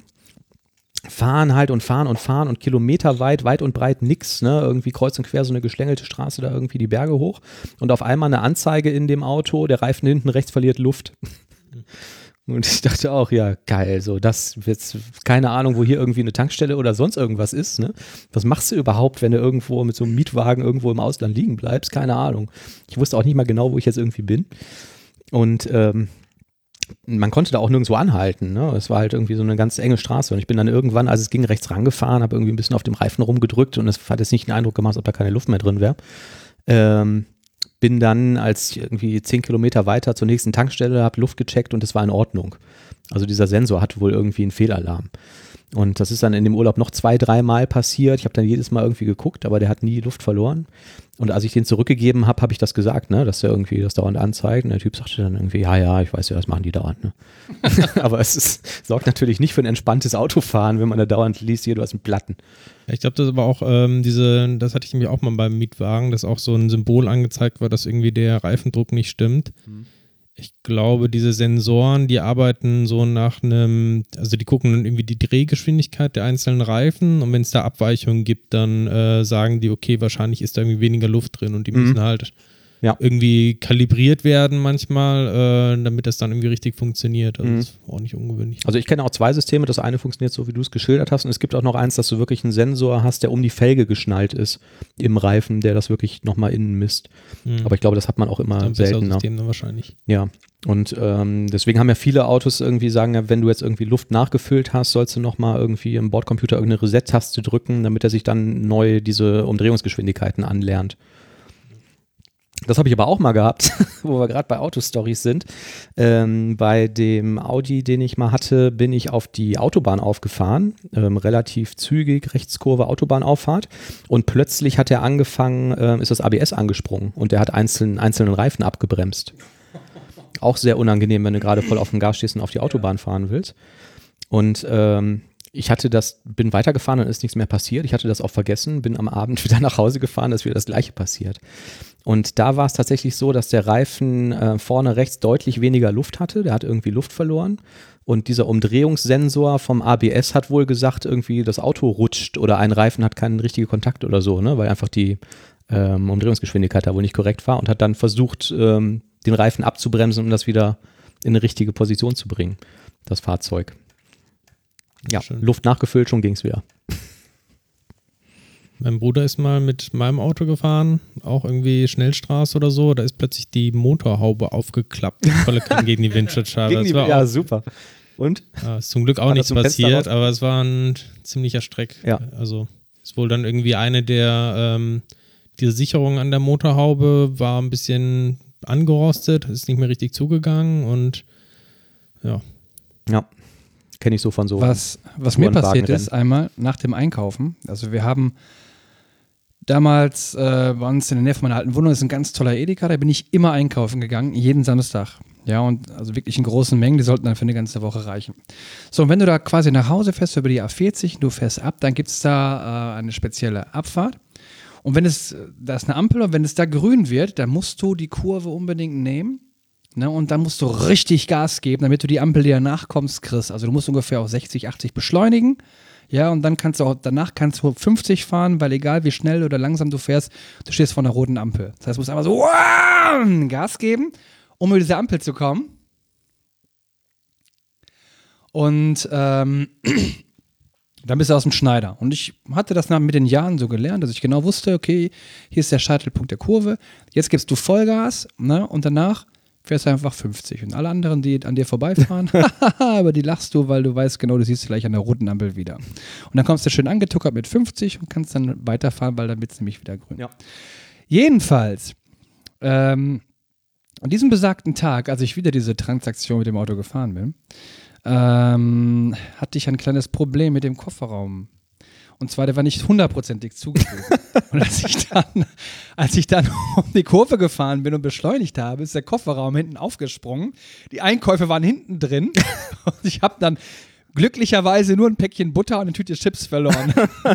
A: fahren halt und fahren und kilometerweit, weit und breit nix, ne? Irgendwie kreuz und quer so eine geschlängelte Straße da irgendwie die Berge hoch. Und auf einmal eine Anzeige in dem Auto, der Reifen hinten rechts verliert Luft. Und ich dachte auch, ja, geil, so das jetzt, keine Ahnung, wo hier irgendwie eine Tankstelle oder sonst irgendwas ist, ne? Was machst du überhaupt, wenn du irgendwo mit so einem Mietwagen irgendwo im Ausland liegen bleibst? Keine Ahnung. Ich wusste auch nicht mal genau, wo ich jetzt irgendwie bin. Und man konnte da auch nirgendwo anhalten, ne? Es war halt irgendwie so eine ganz enge Straße und ich bin dann irgendwann, als es ging, rechts rangefahren, habe irgendwie ein bisschen auf dem Reifen rumgedrückt und es hat jetzt nicht den Eindruck gemacht, als ob da keine Luft mehr drin wäre. Bin dann als irgendwie 10 Kilometer weiter zur nächsten Tankstelle, habe Luft gecheckt und es war in Ordnung. Also dieser Sensor hatte wohl irgendwie einen Fehlalarm. Und das ist dann in dem Urlaub noch 2-3 Mal passiert. Ich habe dann jedes Mal irgendwie geguckt, aber der hat nie Luft verloren. Und als ich den zurückgegeben habe, habe ich das gesagt, ne, dass der irgendwie das dauernd anzeigt. Und der Typ sagte dann irgendwie, ja, ich weiß ja, das machen die dauernd. Ne? Aber sorgt natürlich nicht für ein entspanntes Autofahren, wenn man da dauernd liest, hier, du hast einen Platten.
C: Ja, ich glaube, das war auch das hatte ich mir auch mal beim Mietwagen, dass auch so ein Symbol angezeigt war, dass irgendwie der Reifendruck nicht stimmt. Ich glaube, diese Sensoren, die arbeiten so nach also die gucken dann irgendwie die Drehgeschwindigkeit der einzelnen Reifen und wenn es da Abweichungen gibt, dann sagen die, okay, wahrscheinlich ist da irgendwie weniger Luft drin und die müssen halt irgendwie kalibriert werden manchmal, damit das dann irgendwie richtig funktioniert. Also das ist auch nicht ungewöhnlich.
A: Also ich kenne auch 2 Systeme. Das eine funktioniert so, wie du es geschildert hast und es gibt auch noch eins, dass du wirklich einen Sensor hast, der um die Felge geschnallt ist im Reifen, der das wirklich nochmal innen misst. Aber ich glaube, das hat man auch immer seltener.
C: System dann wahrscheinlich.
A: Ja, und deswegen haben ja viele Autos irgendwie sagen, ja, wenn du jetzt irgendwie Luft nachgefüllt hast, sollst du nochmal irgendwie im Bordcomputer irgendeine Reset-Taste drücken, damit er sich dann neu diese Umdrehungsgeschwindigkeiten anlernt. Das habe ich aber auch mal gehabt, wo wir gerade bei Autostories sind. Bei dem Audi, den ich mal hatte, bin ich auf die Autobahn aufgefahren, relativ zügig, Rechtskurve, Autobahnauffahrt und plötzlich hat er angefangen, ist das ABS angesprungen und der hat einzelnen Reifen abgebremst. Auch sehr unangenehm, wenn du gerade voll auf dem Gas stehst und auf die Autobahn fahren willst. Und ich bin weitergefahren, dann ist nichts mehr passiert. Ich hatte das auch vergessen, bin am Abend wieder nach Hause gefahren, dass wieder das Gleiche passiert. Und da war es tatsächlich so, dass der Reifen vorne rechts deutlich weniger Luft hatte. Der hat irgendwie Luft verloren. Und dieser Umdrehungssensor vom ABS hat wohl gesagt, irgendwie das Auto rutscht oder ein Reifen hat keinen richtigen Kontakt oder so, ne? Weil einfach die Umdrehungsgeschwindigkeit da wohl nicht korrekt war und hat dann versucht, den Reifen abzubremsen, um das wieder in eine richtige Position zu bringen, das Fahrzeug. Ja, schön. Luft nachgefüllt, schon ging es wieder.
C: Mein Bruder ist mal mit meinem Auto gefahren, auch irgendwie Schnellstraße oder so, da ist plötzlich die Motorhaube aufgeklappt, volle Kanne gegen die Windschutzscheibe.
A: Ja, super. Und?
C: Ja, ist zum Glück auch nichts passiert, aber es war ein ziemlicher Streck.
A: Ja.
C: Also ist wohl dann irgendwie eine der, diese Sicherung an der Motorhaube war ein bisschen angerostet, ist nicht mehr richtig zugegangen und ja.
A: Ja. Kenne ich so von so.
B: Was mir passiert ist, einmal nach dem Einkaufen, also wir haben damals bei uns in der Nähe von meiner alten Wohnung ist ein ganz toller Edeka, da bin ich immer einkaufen gegangen, jeden Samstag. Ja, und also wirklich in großen Mengen, die sollten dann für eine ganze Woche reichen. So, und wenn du da quasi nach Hause fährst über die A40, du fährst ab, dann gibt es da eine spezielle Abfahrt. Und da ist eine Ampel und wenn es da grün wird, dann musst du die Kurve unbedingt nehmen. Ne, und dann musst du richtig Gas geben, damit du die Ampel, die danach kommst, kriegst. Also du musst ungefähr auf 60, 80 beschleunigen. Ja, und dann danach kannst du 50 fahren, weil egal wie schnell oder langsam du fährst, du stehst vor einer roten Ampel. Das heißt, du musst einfach so Gas geben, um über diese Ampel zu kommen. Und dann bist du aus dem Schneider. Und ich hatte das mit den Jahren so gelernt, dass ich genau wusste, okay, hier ist der Scheitelpunkt der Kurve, jetzt gibst du Vollgas, ne, und danach fährst du einfach 50. Und alle anderen, die an dir vorbeifahren, aber die lachst du, weil du weißt genau, du siehst gleich an der roten Ampel wieder. Und dann kommst du schön angetuckert mit 50 und kannst dann weiterfahren, weil dann wird es nämlich wieder grün.
A: Ja.
B: Jedenfalls, an diesem besagten Tag, als ich wieder diese Transaktion mit dem Auto gefahren bin, hatte ich ein kleines Problem mit dem Kofferraum. Und zwar, der war nicht 100%ig zugefügt. Und als ich dann um die Kurve gefahren bin und beschleunigt habe, ist der Kofferraum hinten aufgesprungen. Die Einkäufe waren hinten drin. Und ich habe dann glücklicherweise nur ein Päckchen Butter und eine Tüte Chips verloren.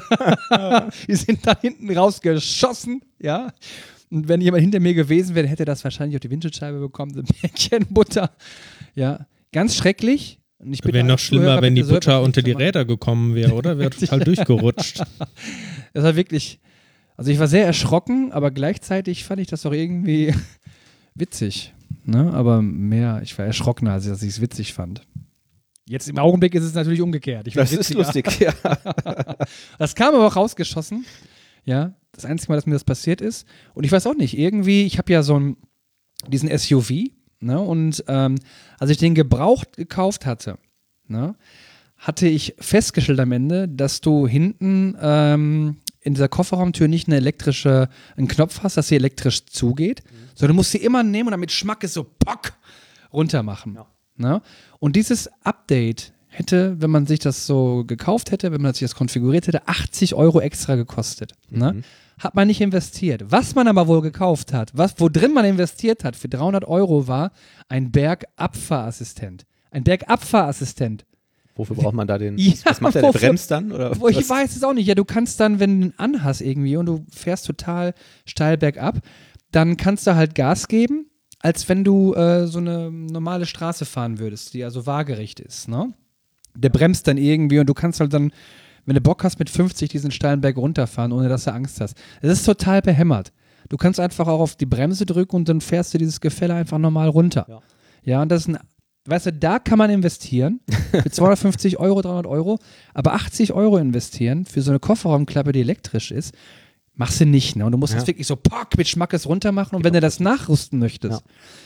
B: Die sind dann hinten rausgeschossen, ja. Und wenn jemand hinter mir gewesen wäre, hätte das wahrscheinlich auf die Windschutzscheibe bekommen, so ein Päckchen Butter. Ja, ganz schrecklich.
C: Wäre noch schlimmer, wenn die Butter unter die Räder gekommen wäre, oder? Wäre total durchgerutscht.
B: Das war wirklich, also ich war sehr erschrocken, aber gleichzeitig fand ich das auch irgendwie witzig. Ne? Aber ich war erschrockener, als dass ich es witzig fand. Jetzt im Augenblick ist es natürlich umgekehrt.
A: Das ist lustig, ja.
B: Das kam aber auch rausgeschossen. Ja, das einzige Mal, dass mir das passiert ist. Und ich weiß auch nicht, irgendwie, ich habe ja diesen SUV, ne? Und als ich den gebraucht gekauft hatte, ne, hatte ich festgestellt am Ende, dass du hinten in dieser Kofferraumtür nicht einen Knopf hast, dass sie elektrisch zugeht, sondern du musst sie immer nehmen und dann mit Schmackes so pock runter machen. Ja. Ne? Und dieses Update hätte, wenn man sich das so gekauft hätte, wenn man sich das konfiguriert hätte, 80 € extra gekostet. Ne? Hat man nicht investiert. Was man aber wohl gekauft hat, wo drin man investiert hat für 300 € war ein Bergabfahrassistent. Ein Bergabfahrassistent.
A: Wofür braucht man da den? Was macht der? Der bremst dann? Oder
B: ich weiß es auch nicht. Ja, du kannst dann, wenn du ihn anhast irgendwie und du fährst total steil bergab, dann kannst du halt Gas geben, als wenn du so eine normale Straße fahren würdest, die also waagerecht ist. Ne? Der bremst dann irgendwie und du kannst halt dann, wenn du Bock hast, mit 50 diesen steilen Berg runterfahren, ohne dass du Angst hast. Das ist total behämmert. Du kannst einfach auch auf die Bremse drücken und dann fährst du dieses Gefälle einfach normal runter. Ja, und das ist weißt du, da kann man investieren, für 250 €, 300 €, aber 80 € investieren für so eine Kofferraumklappe, die elektrisch ist, machst du nicht, ne? Und du musst das wirklich so mit Schmackes runter machen. Und wenn du das nachrüsten möchtest,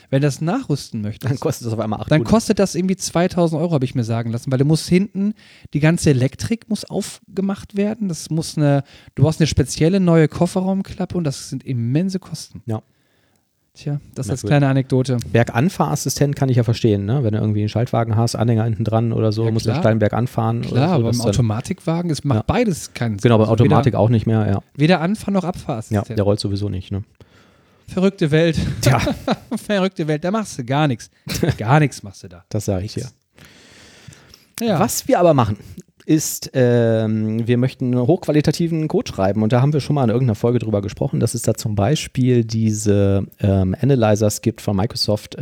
B: dann
A: kostet das auf einmal 800.
B: Dann kostet das irgendwie 2.000 €, habe ich mir sagen lassen, weil du musst hinten, die ganze Elektrik muss aufgemacht werden. Du brauchst eine spezielle neue Kofferraumklappe und das sind immense Kosten.
A: Ja.
B: Tja, das als kleine Anekdote.
A: Berganfahrassistent kann ich ja verstehen, ne? Wenn du irgendwie einen Schaltwagen hast, Anhänger hinten dran oder so, musst du den steilen Berg anfahren.
B: Klar,
A: oder so,
B: aber beim Automatikwagen, es macht beides keinen Sinn.
A: Genau, bei Automatik auch nicht mehr, ja.
B: Weder Anfahr- noch Abfahrassistent.
A: Ja, der rollt sowieso nicht, ne?
B: Verrückte Welt.
A: Ja.
B: Verrückte Welt, da machst du gar nichts. Gar nichts machst du da.
A: Das sage ich dir.
B: Ja.
A: Was wir aber machen, ist, wir möchten hochqualitativen Code schreiben und da haben wir schon mal in irgendeiner Folge drüber gesprochen, dass es da zum Beispiel diese Analyzers gibt von Microsoft,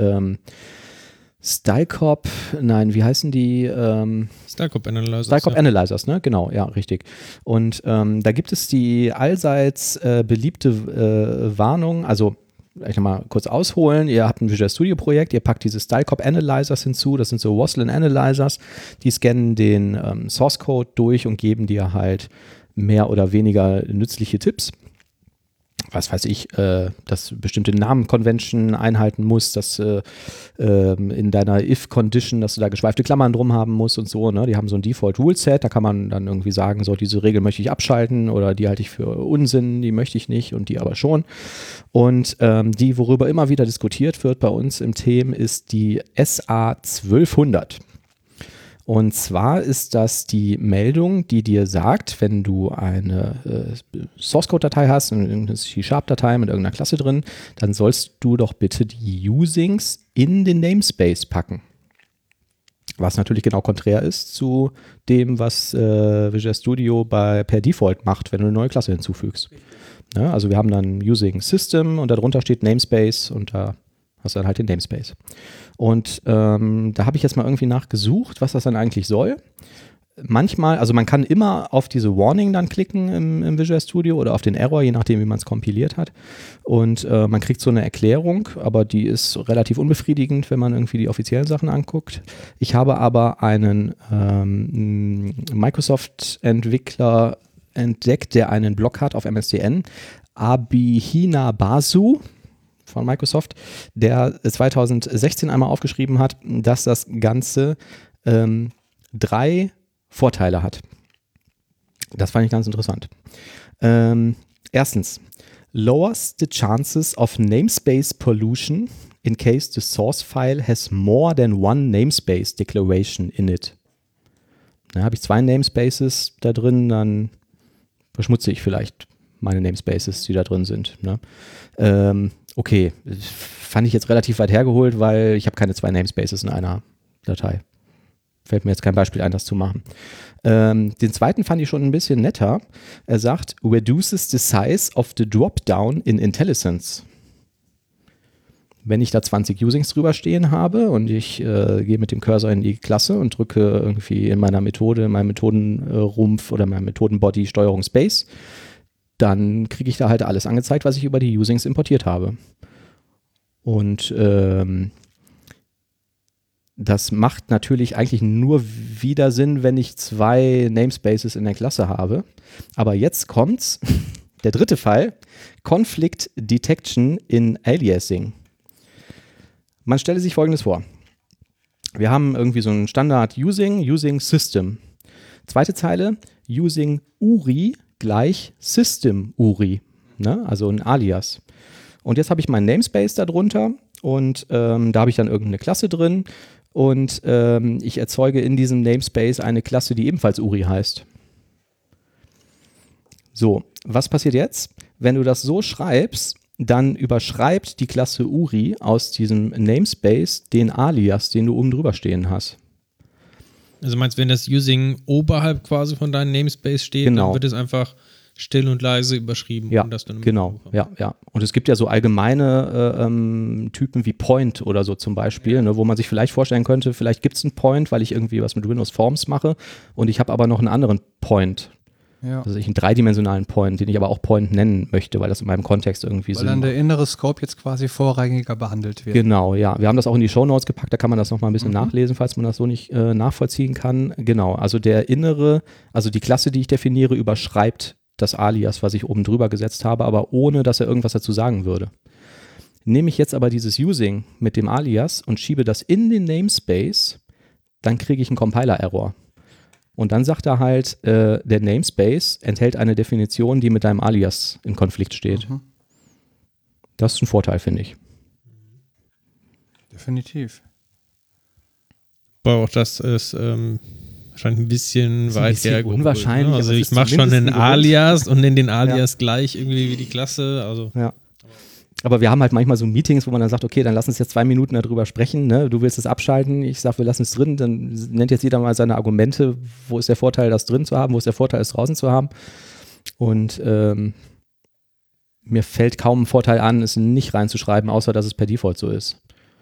A: Stylecop, wie heißen die?
C: Stylecop Analyzers.
A: Stylecop Analyzers, ne? Genau, ja, richtig. Und da gibt es die allseits beliebte Warnung, also vielleicht nochmal kurz ausholen, ihr habt ein Visual Studio Projekt, ihr packt diese Stylecop Analyzers hinzu, das sind so Roslyn Analyzers, die scannen den Source Code durch und geben dir halt mehr oder weniger nützliche Tipps. Was weiß ich, dass bestimmte Namen-Convention einhalten musst, dass in deiner If-Condition, dass du da geschweifte Klammern drum haben musst und so, ne? Die haben so ein Default-Rule-Set, da kann man dann irgendwie sagen, so diese Regel möchte ich abschalten oder die halte ich für Unsinn, die möchte ich nicht und die aber schon. Und die, worüber immer wieder diskutiert wird bei uns im Team, ist die SA 1200. Und zwar ist das die Meldung, die dir sagt, wenn du eine Source-Code-Datei hast, eine C#-Datei mit irgendeiner Klasse drin, dann sollst du doch bitte die Usings in den Namespace packen. Was natürlich genau konträr ist zu dem, was Visual Studio per Default macht, wenn du eine neue Klasse hinzufügst. Ja, also wir haben dann Using System und darunter steht Namespace und da hast du dann halt den Namespace. Und da habe ich jetzt mal irgendwie nachgesucht, was das dann eigentlich soll. Manchmal, also man kann immer auf diese Warning dann klicken im Visual Studio oder auf den Error, je nachdem, wie man es kompiliert hat. Und man kriegt so eine Erklärung, aber die ist relativ unbefriedigend, wenn man irgendwie die offiziellen Sachen anguckt. Ich habe aber einen Microsoft-Entwickler entdeckt, der einen Blog hat auf MSDN, Abhina Basu von Microsoft, der 2016 einmal aufgeschrieben hat, dass das Ganze 3 Vorteile hat. Das fand ich ganz interessant. Erstens, lowers the chances of namespace pollution in case the source file has more than one namespace declaration in it. Da habe ich 2 Namespaces da drin, dann verschmutze ich vielleicht meine Namespaces, die da drin sind. Ne? Okay, fand ich jetzt relativ weit hergeholt, weil ich habe keine 2 Namespaces in einer Datei. Fällt mir jetzt kein Beispiel ein, das zu machen. Den zweiten fand ich schon ein bisschen netter. Er sagt, reduces the size of the dropdown in IntelliSense. Wenn ich da 20 Usings drüber stehen habe und ich gehe mit dem Cursor in die Klasse und drücke irgendwie in meiner Methode, in meinem Methodenrumpf oder meinem Methodenbody Steuerung Space, dann kriege ich da halt alles angezeigt, was ich über die Usings importiert habe. Und das macht natürlich eigentlich nur wieder Sinn, wenn ich 2 Namespaces in der Klasse habe. Aber jetzt kommt's, der dritte Fall, Conflict Detection in Aliasing. Man stelle sich Folgendes vor. Wir haben irgendwie so einen Standard Using System. Zweite Zeile, Using URI gleich System URI, ne? Also ein Alias. Und jetzt habe ich meinen Namespace darunter und da habe ich dann irgendeine Klasse drin und ich erzeuge in diesem Namespace eine Klasse, die ebenfalls URI heißt. So, was passiert jetzt? Wenn du das so schreibst, dann überschreibt die Klasse URI aus diesem Namespace den Alias, den du oben drüber stehen hast.
C: Also meinst du, wenn das Using oberhalb quasi von deinem Namespace steht, dann wird es einfach still und leise überschrieben.
A: Ja,
C: und das dann
A: genau. Ja. Und es gibt ja so allgemeine Typen wie Point oder so zum Beispiel, ne, wo man sich vielleicht vorstellen könnte, vielleicht gibt es einen Point, weil ich irgendwie was mit Windows Forms mache und ich habe aber noch einen anderen Point. Ja. Also einen dreidimensionalen Point, den ich aber auch Point nennen möchte, weil das in meinem Kontext irgendwie
B: so. Weil dann der innere Scope jetzt quasi vorrangiger behandelt wird.
A: Genau, ja. Wir haben das auch in die Shownotes gepackt, da kann man das nochmal ein bisschen nachlesen, falls man das so nicht nachvollziehen kann. Genau, also der innere, also die Klasse, die ich definiere, überschreibt das Alias, was ich oben drüber gesetzt habe, aber ohne, dass er irgendwas dazu sagen würde. Nehme ich jetzt aber dieses Using mit dem Alias und schiebe das in den Namespace, dann kriege ich einen Compiler-Error. Und dann sagt er halt, der Namespace enthält eine Definition, die mit deinem Alias in Konflikt steht. Mhm. Das ist ein Vorteil, finde ich.
B: Definitiv.
C: Aber auch das ist wahrscheinlich ein bisschen weit hergeholt.
A: Unwahrscheinlich.
C: Also ich mache schon einen Alias und nenne den Alias gleich irgendwie wie die Klasse. Also.
A: Ja. Aber wir haben halt manchmal so Meetings, wo man dann sagt, okay, dann lass uns jetzt 2 Minuten darüber sprechen, ne? Du willst es abschalten, ich sage, wir lassen es drin, dann nennt jetzt jeder mal seine Argumente, wo ist der Vorteil, das drin zu haben, wo ist der Vorteil, es draußen zu haben. Und mir fällt kaum ein Vorteil an, es nicht reinzuschreiben, außer dass es per Default so ist.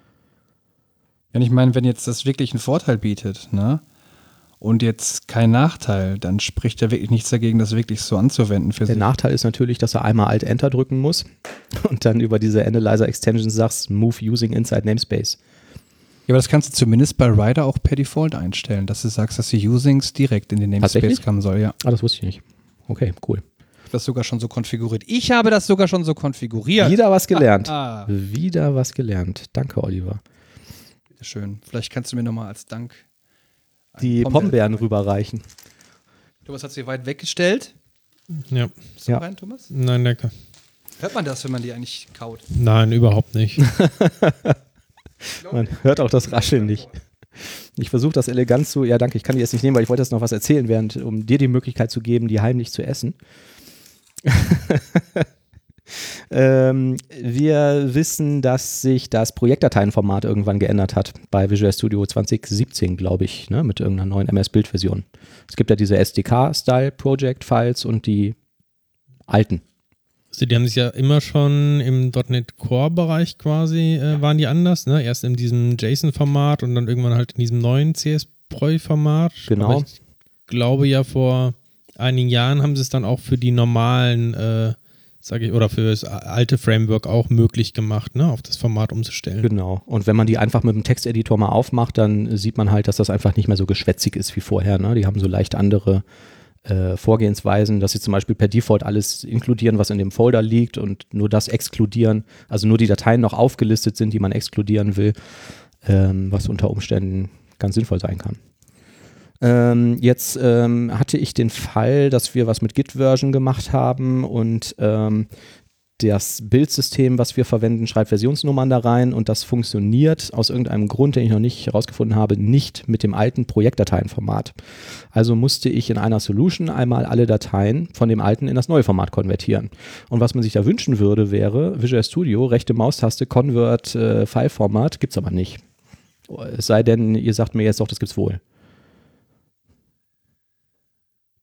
B: Ja, ich meine, wenn jetzt das wirklich einen Vorteil bietet, ne? Und jetzt kein Nachteil, dann spricht ja wirklich nichts dagegen, das wirklich so anzuwenden für sich.
A: Der Nachteil ist natürlich, dass er einmal Alt-Enter drücken muss und dann über diese Analyzer-Extension sagst, Move Using Inside Namespace.
B: Ja, aber das kannst du zumindest bei Rider auch per Default einstellen, dass du sagst, dass die Usings direkt in den Namespace kommen soll. Ja.
A: Ah, das wusste ich nicht. Okay, cool.
B: Das sogar schon so konfiguriert. Ich habe das sogar schon so konfiguriert.
A: Wieder was gelernt. Wieder was gelernt. Danke, Oliver.
B: Bitteschön. Vielleicht kannst du mir nochmal als Dank
A: die Pombeeren rüberreichen.
B: Thomas hat sie weit weggestellt.
C: Ja.
B: Ist da rein, Thomas?
C: Nein, lecker.
B: Hört man das, wenn man die eigentlich kaut?
C: Nein, überhaupt nicht.
A: Man hört auch das Rascheln nicht. Ich versuche das elegant zu, ja danke, ich kann die jetzt nicht nehmen, weil ich wollte jetzt noch was erzählen, um dir die Möglichkeit zu geben, die heimlich zu essen. Wir wissen, dass sich das Projektdateienformat irgendwann geändert hat bei Visual Studio 2017, glaube ich, ne, mit irgendeiner neuen MS-Build-Version. Es gibt ja diese SDK-Style-Project-Files und die alten.
C: Also die haben sich ja immer schon im .NET Core-Bereich quasi, waren die anders, ne? Erst in diesem JSON-Format und dann irgendwann halt in diesem neuen CS-Proj-Format.
A: Genau.
C: Aber ich glaube ja, vor einigen Jahren haben sie es dann auch für die normalen oder für das alte Framework auch möglich gemacht, ne, auf das Format umzustellen.
A: Genau. Und wenn man die einfach mit dem Texteditor mal aufmacht, dann sieht man halt, dass das einfach nicht mehr so geschwätzig ist wie vorher. Ne? Die haben so leicht andere Vorgehensweisen, dass sie zum Beispiel per Default alles inkludieren, was in dem Folder liegt und nur das exkludieren, also nur die Dateien noch aufgelistet sind, die man exkludieren will, was unter Umständen ganz sinnvoll sein kann. Jetzt hatte ich den Fall, dass wir was mit Git-Version gemacht haben und das Bildsystem, was wir verwenden, schreibt Versionsnummern da rein und das funktioniert aus irgendeinem Grund, den ich noch nicht herausgefunden habe, nicht mit dem alten Projektdateienformat. Also musste ich in einer Solution einmal alle Dateien von dem alten in das neue Format konvertieren. Und was man sich da wünschen würde, wäre Visual Studio, rechte Maustaste, Convert File Format, gibt's aber nicht. Es sei denn, ihr sagt mir jetzt doch, das gibt's wohl.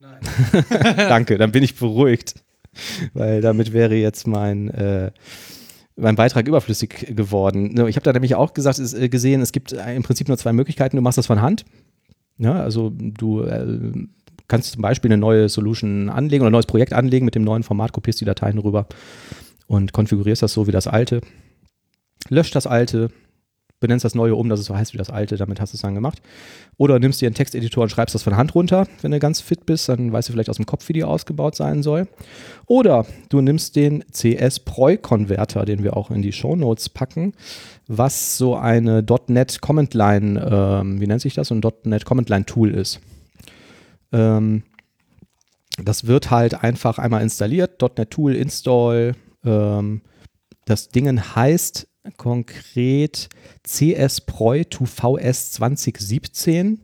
B: Nein.
A: Danke, dann bin ich beruhigt, weil damit wäre jetzt mein Beitrag überflüssig geworden. Ich habe da nämlich auch gesehen, es gibt im Prinzip nur 2 Möglichkeiten. Du machst das von Hand. Ja, also du kannst zum Beispiel eine neue Solution anlegen oder ein neues Projekt anlegen mit dem neuen Format, kopierst die Dateien rüber und konfigurierst das so wie das alte. Löscht das alte, benennst das neue dass es so heißt wie das alte, damit hast du es dann gemacht. Oder nimmst dir einen Texteditor und schreibst das von Hand runter, wenn du ganz fit bist, dann weißt du vielleicht aus dem Kopf, wie die ausgebaut sein soll. Oder du nimmst den CS-Proi-Konverter, den wir auch in die Shownotes packen, was so eine .NET Command Line, wie nennt sich das, so ein .NET Command Line Tool ist. Das wird halt einfach einmal installiert, .NET Tool Install, das Ding heißt konkret CS-Proi to VS 2017.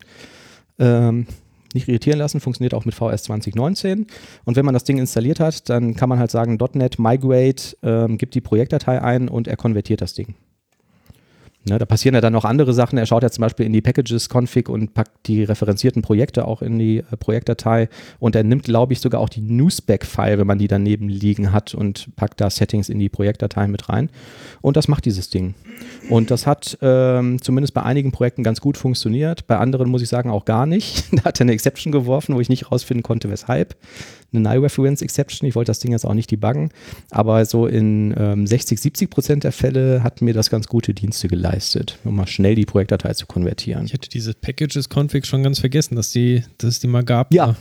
A: Nicht irritieren lassen, funktioniert auch mit VS 2019. Und wenn man das Ding installiert hat, dann kann man halt sagen .NET Migrate, gibt die Projektdatei ein und er konvertiert das Ding. Ne, da passieren ja dann noch andere Sachen. Er schaut ja zum Beispiel in die Packages-Config und packt die referenzierten Projekte auch in die Projektdatei. Und er nimmt, glaube ich, sogar auch die NewSpec-File, wenn man die daneben liegen hat, und packt da Settings in die Projektdatei mit rein. Und das macht dieses Ding. Und das hat zumindest bei einigen Projekten ganz gut funktioniert. Bei anderen muss ich sagen auch gar nicht. Da hat er eine Exception geworfen, wo ich nicht rausfinden konnte, weshalb. Eine Null-Reference-Exception. Ich wollte das Ding jetzt auch nicht debuggen. Aber so in 60-70% der Fälle hat mir das ganz gute Dienste geleistet, um mal schnell die Projektdatei zu konvertieren.
C: Ich hätte diese Packages-Config schon ganz vergessen, dass es die mal gab.
A: Ja.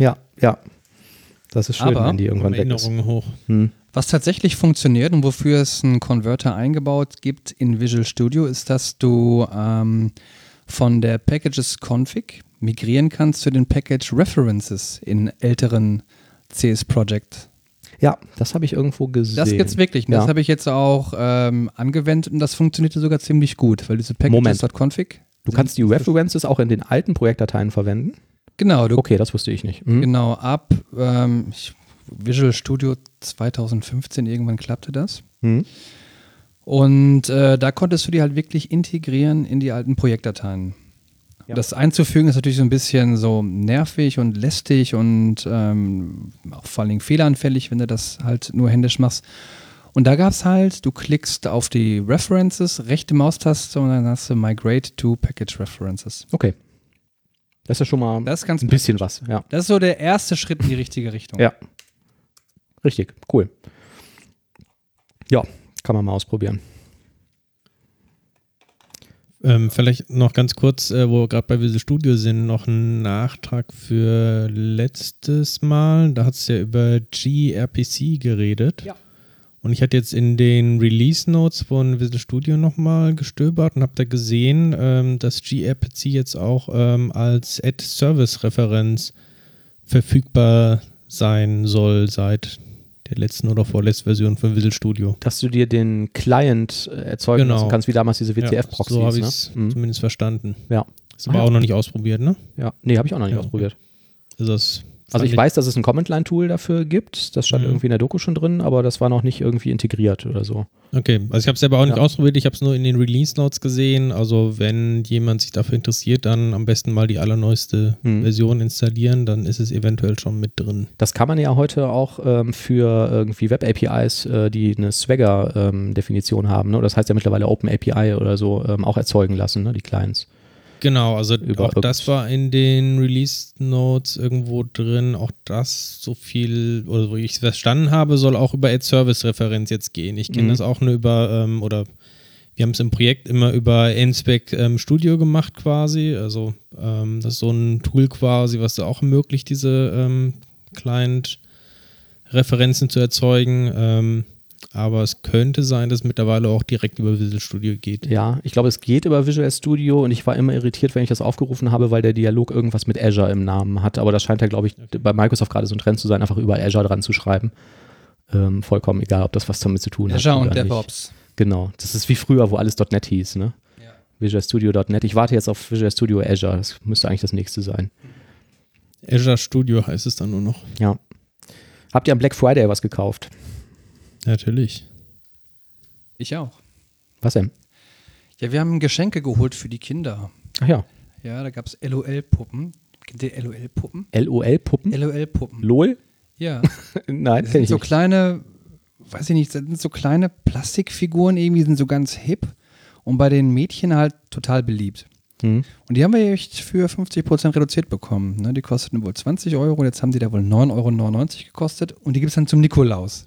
A: Das ist schön, wenn die irgendwann weg ist.
C: Hoch.
B: Was tatsächlich funktioniert und wofür es einen Converter eingebaut gibt in Visual Studio, ist, dass du von der Packages-Config migrieren kannst zu den Package-References in älteren CS-Project.
A: Ja, das habe ich irgendwo gesehen.
B: Das gibt's wirklich. Das habe ich jetzt auch angewendet und das funktionierte sogar ziemlich gut, weil diese Packages.config.
A: Du kannst die References auch in den alten Projektdateien verwenden?
B: Genau.
A: Okay, das wusste ich nicht.
B: Genau, ab Visual Studio 2015 irgendwann klappte das. Und da konntest du die halt wirklich integrieren in die alten Projektdateien. Ja. Das einzufügen ist natürlich so ein bisschen so nervig und lästig und auch vor allen Dingen fehleranfällig, wenn du das halt nur händisch machst. Und da gab es halt, du klickst auf die References, rechte Maustaste und dann hast du Migrate to Package References.
A: Okay. Das ist ja schon mal ein bisschen was. Ja.
B: Das ist so der erste Schritt in die richtige Richtung.
A: Ja. Richtig, cool. Ja, kann man mal ausprobieren.
C: Vielleicht noch ganz kurz, wo wir gerade bei Visual Studio sind, noch ein Nachtrag für letztes Mal. Da hat es ja über gRPC geredet. Ja. Und ich hatte jetzt in den Release Notes von Visual Studio nochmal gestöbert und habe da gesehen, dass gRPC jetzt auch als Add-Service-Referenz verfügbar sein soll seit der letzten oder vorletzten Version von Visual Studio.
A: Dass du dir den Client erzeugen lassen kannst, wie damals diese WCF-Proxys.
C: So habe ich es zumindest verstanden.
A: Ja.
C: Ist aber auch noch nicht ausprobiert, ne?
A: Ja, nee, habe ich auch noch nicht ausprobiert.
C: Also
A: ich weiß, dass es ein Command-Line-Tool dafür gibt. Das stand irgendwie in der Doku schon drin, aber das war noch nicht irgendwie integriert oder so.
C: Okay, also ich habe es selber auch nicht ausprobiert. Ich habe es nur in den Release-Notes gesehen. Also wenn jemand sich dafür interessiert, dann am besten mal die allerneueste Version installieren. Dann ist es eventuell schon mit drin.
A: Das kann man ja heute auch für irgendwie Web-APIs, die eine Swagger-Definition haben. Ne? Das heißt ja mittlerweile Open-API oder so auch erzeugen lassen, ne? Die Clients.
C: Genau, also auch das war in den Release-Notes irgendwo drin, auch das so viel, oder so wie ich es verstanden habe, soll auch über Add-Service-Referenz jetzt gehen. Ich kenne das auch nur über, oder wir haben es im Projekt immer über NSpec Studio gemacht quasi, also das ist so ein Tool quasi, was da auch ermöglicht, diese Client-Referenzen zu erzeugen, aber es könnte sein, dass es mittlerweile auch direkt über Visual Studio geht.
A: Ja, ich glaube, es geht über Visual Studio und ich war immer irritiert, wenn ich das aufgerufen habe, weil der Dialog irgendwas mit Azure im Namen hat. Aber das scheint ja, glaube ich, bei Microsoft gerade so ein Trend zu sein, einfach über Azure dran zu schreiben. Vollkommen egal, ob das was damit zu tun hat.
B: Azure und DevOps.
A: Nicht. Genau, das ist wie früher, wo alles .NET hieß, ne? Ja. Visual Studio.NET. Ich warte jetzt auf Visual Studio Azure. Das müsste eigentlich das nächste sein.
C: Azure Studio heißt es dann nur noch.
A: Ja. Habt ihr am Black Friday was gekauft?
C: Natürlich.
B: Ich auch.
A: Was denn?
B: Ja, wir haben Geschenke geholt für die Kinder.
A: Ach ja.
B: Ja, da gab es LOL-Puppen. Kennt ihr LOL-Puppen?
A: LOL-Puppen?
B: LOL-Puppen.
A: LOL?
B: Ja.
A: Nein,
B: Das
A: kenn
B: sind
A: ich
B: so
A: nicht.
B: kleine, weiß ich nicht, das sind so kleine Plastikfiguren irgendwie, sind so ganz hip und bei den Mädchen halt total beliebt.
A: Hm.
B: Und die haben wir echt für 50% reduziert bekommen. Ne? Die kosteten wohl 20 Euro, jetzt haben die da wohl 9,99 Euro gekostet und die gibt es dann zum Nikolaus.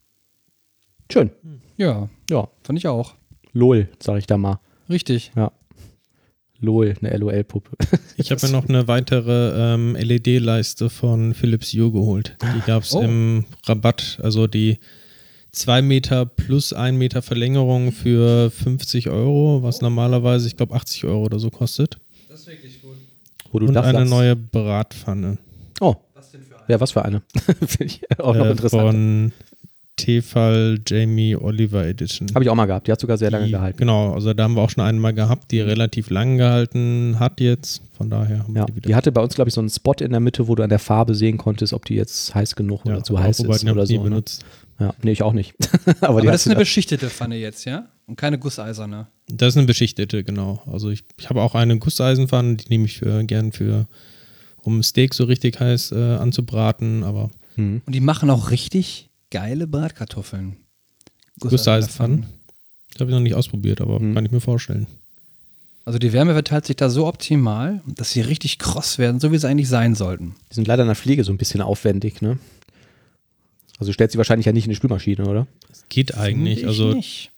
A: Schön.
B: Ja,
A: Ja.
B: fand ich auch.
A: LOL, sag ich da mal.
B: Richtig.
A: Ja. LOL, eine LOL-Puppe.
C: Ich habe mir noch eine weitere LED-Leiste von Philips Hue geholt. Die gab es im Rabatt, also die 2 Meter plus 1 Meter Verlängerung für 50 Euro, was normalerweise, ich glaube, 80 Euro oder so kostet.
B: Das ist wirklich gut.
A: Wo du
C: Und
A: das
C: eine
A: sagst.
C: neue Bratpfanne.
A: Oh,
B: Was denn für eine?
A: ja, was für eine? Finde ich auch noch interessant.
C: Von Tefal Jamie Oliver Edition.
A: Habe ich auch mal gehabt. Die hat sogar sehr lange gehalten.
C: Genau, also da haben wir auch schon einmal gehabt, die relativ lang gehalten hat jetzt. Von daher haben wir
A: Ja,
C: die wieder.
A: die hatte bei uns, glaube ich, so einen Spot in der Mitte, wo du an der Farbe sehen konntest, ob die jetzt heiß genug oder zu heiß ist oder so.
C: Nie
A: Ne?
C: benutzt.
A: Ja, nee, ich auch nicht.
B: Aber
A: die
B: das ist eine
A: hatte
B: beschichtete Pfanne jetzt, ja? Und keine gusseiserne.
C: Das ist eine beschichtete, genau. Also ich habe auch eine Gusseisenpfanne, die nehme ich gern um Steak so richtig heiß anzubraten, aber
B: Und die machen auch richtig geile Bratkartoffeln.
C: Gusseisenpfannen. Das habe ich noch nicht ausprobiert, aber kann ich mir vorstellen.
B: Also die Wärme verteilt sich da so optimal, dass sie richtig kross werden, so wie sie eigentlich sein sollten.
A: Die sind leider in der Pflege so ein bisschen aufwendig, ne? Also stellt sie wahrscheinlich ja nicht in die Spülmaschine, oder?
C: Das geht eigentlich.
B: Finde ich
C: Also
B: nicht.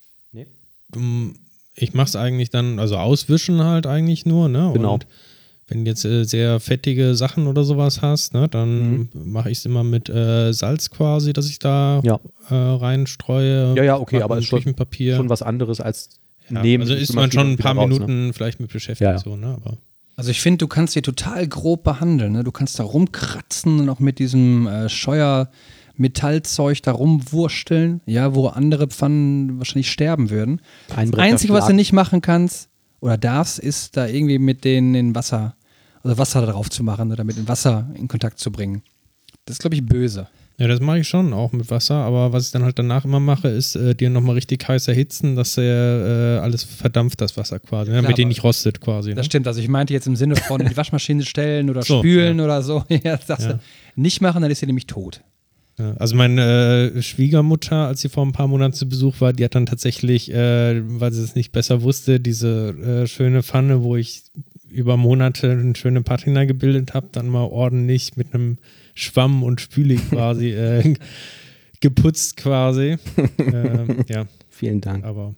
C: ich mache es eigentlich dann, also auswischen halt eigentlich nur, ne?
A: Genau.
C: Und wenn du jetzt sehr fettige Sachen oder sowas hast, ne, dann mache ich es immer mit Salz quasi, dass ich da reinstreue.
A: Ja, okay,
C: Mache
A: aber
C: mit
A: ist schon
C: Küchenpapier.
A: Schon was anderes als
C: Ja,
A: neben
C: also
A: die
C: ist man
A: Spülmaschine
C: schon ein
A: und
C: paar
A: wieder raus,
C: Minuten
A: ne?
C: vielleicht mit beschäftigt,
A: Ja.
C: so, ne? Aber
B: Also ich finde, du kannst die total grob behandeln. Ne? Du kannst da rumkratzen und auch mit diesem Scheuer-Metallzeug da rumwursteln, ja, wo andere Pfannen wahrscheinlich sterben würden. Das Einzige, was du nicht machen kannst oder darfst, ist da irgendwie mit denen in Wasser drauf zu machen oder mit dem Wasser in Kontakt zu bringen. Das ist, glaube ich, böse.
C: ja, das mache ich schon, auch mit Wasser, aber was ich dann halt danach immer mache, ist dir nochmal richtig heiß erhitzen, dass alles verdampft, das Wasser quasi, ne?
B: Klar,
C: Damit die
B: aber
C: nicht rostet quasi.
B: Das
C: Ne?
B: stimmt, also ich meinte jetzt im Sinne von in die Waschmaschine stellen oder
C: So,
B: spülen oder so. Ja, das darfst
C: Ja.
B: du nicht machen, dann ist sie nämlich tot.
C: Ja, also meine Schwiegermutter, als sie vor ein paar Monaten zu Besuch war, die hat dann tatsächlich, weil sie es nicht besser wusste, diese schöne Pfanne, wo ich über Monate eine schöne Patina gebildet habe, dann mal ordentlich mit einem Schwamm und Spüli quasi geputzt quasi. Ja,
A: Vielen Dank.
C: aber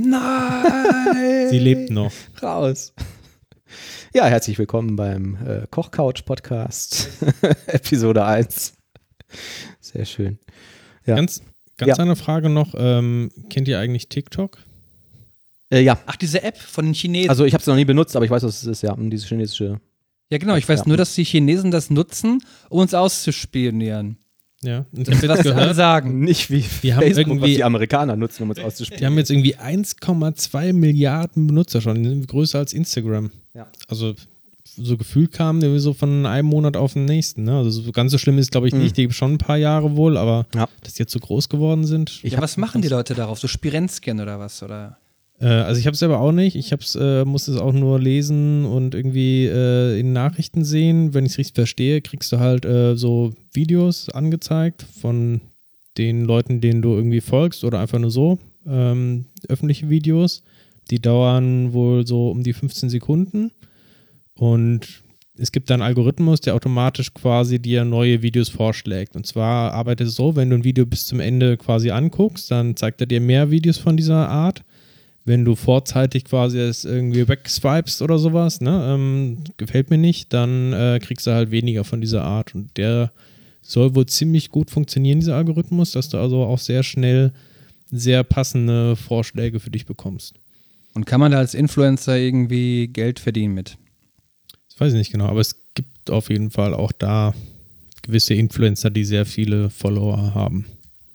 B: Nein!
C: sie lebt noch.
A: Raus. Ja, herzlich willkommen beim Kochcouch-Podcast, Episode 1. Sehr schön. Ja.
C: Ganz
A: Ja.
C: eine Frage noch. Kennt ihr eigentlich TikTok?
A: Ja,
B: Ach, diese App von den Chinesen.
A: also ich habe es noch nie benutzt, aber ich weiß, was es ist, ja, diese chinesische.
B: Ja, genau. Ich weiß
A: Ja.
B: nur, dass die Chinesen das nutzen, um uns auszuspionieren.
C: Ja. Und ich
B: Das
C: habe
B: wir
C: jetzt
B: das alle
C: gehört,
B: sagen.
A: Nicht wie
C: Die haben
A: Facebook, was
C: irgendwie-
A: die Amerikaner nutzen, um uns auszuspielen.
C: die haben jetzt irgendwie 1,2 Milliarden Benutzer schon. Die sind größer als Instagram.
A: Ja.
C: Also so gefühlt kamen die so von einem Monat auf den nächsten. Ne? Also so ganz so schlimm ist, glaube ich, nicht. Die gibt schon ein paar Jahre wohl, aber
A: Ja.
C: dass die jetzt so groß geworden sind.
B: Ja, was machen die Leute darauf? So Spirenzchen oder was? Oder?
C: Also ich habe es selber auch nicht. Ich musste es auch nur lesen und irgendwie in Nachrichten sehen. Wenn ich es richtig verstehe, kriegst du halt so Videos angezeigt von den Leuten, denen du irgendwie folgst oder einfach nur so öffentliche Videos. Die dauern wohl so um die 15 Sekunden und es gibt dann einen Algorithmus, der automatisch quasi dir neue Videos vorschlägt. Und zwar arbeitet es so, wenn du ein Video bis zum Ende quasi anguckst, dann zeigt er dir mehr Videos von dieser Art. Wenn du vorzeitig quasi es irgendwie wegswipest oder sowas, ne, gefällt mir nicht, dann kriegst du halt weniger von dieser Art. Und der soll wohl ziemlich gut funktionieren, dieser Algorithmus, dass du also auch sehr schnell sehr passende Vorschläge für dich bekommst.
B: Und kann man da als Influencer irgendwie Geld verdienen mit?
C: Das weiß ich nicht genau, aber es gibt auf jeden Fall auch da gewisse Influencer, die sehr viele Follower haben.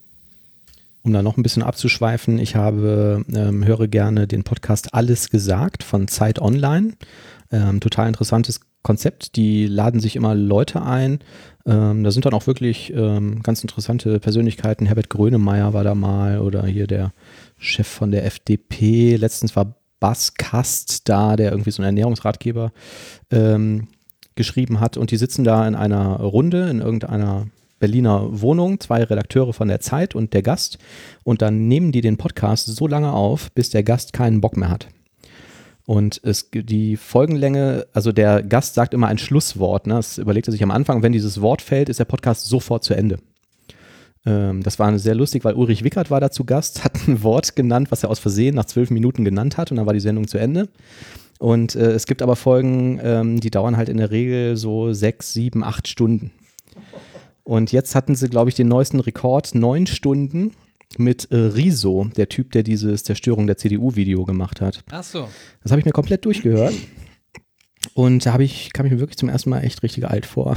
A: Um da noch ein bisschen abzuschweifen, ich höre gerne den Podcast Alles gesagt von Zeit Online. Total interessantes Konzept. Die laden sich immer Leute ein. Da sind dann auch wirklich ganz interessante Persönlichkeiten. Herbert Grönemeyer war da mal oder hier der Chef von der FDP. Letztens war Bas Kast da, der irgendwie so ein Ernährungsratgeber geschrieben hat. Und die sitzen da in einer Runde in irgendeiner Berliner Wohnung, 2 Redakteure von der Zeit und der Gast. Und dann nehmen die den Podcast so lange auf, bis der Gast keinen Bock mehr hat. Und die Folgenlänge, also der Gast sagt immer ein Schlusswort. Ne? Das überlegt er sich am Anfang. Wenn dieses Wort fällt, ist der Podcast sofort zu Ende. Das war sehr lustig, weil Ulrich Wickert war da zu Gast, hat ein Wort genannt, was er aus Versehen nach 12 Minuten genannt hat und dann war die Sendung zu Ende. Und es gibt aber Folgen, die dauern halt in der Regel so 6, 7, 8 Stunden. Und jetzt hatten sie, glaube ich, den neuesten Rekord, 9 Stunden mit Riso, der Typ, der dieses Zerstörung der CDU-Video gemacht hat.
B: Ach so.
A: Das habe ich mir komplett durchgehört. Und da kam ich mir wirklich zum ersten Mal echt richtig alt vor.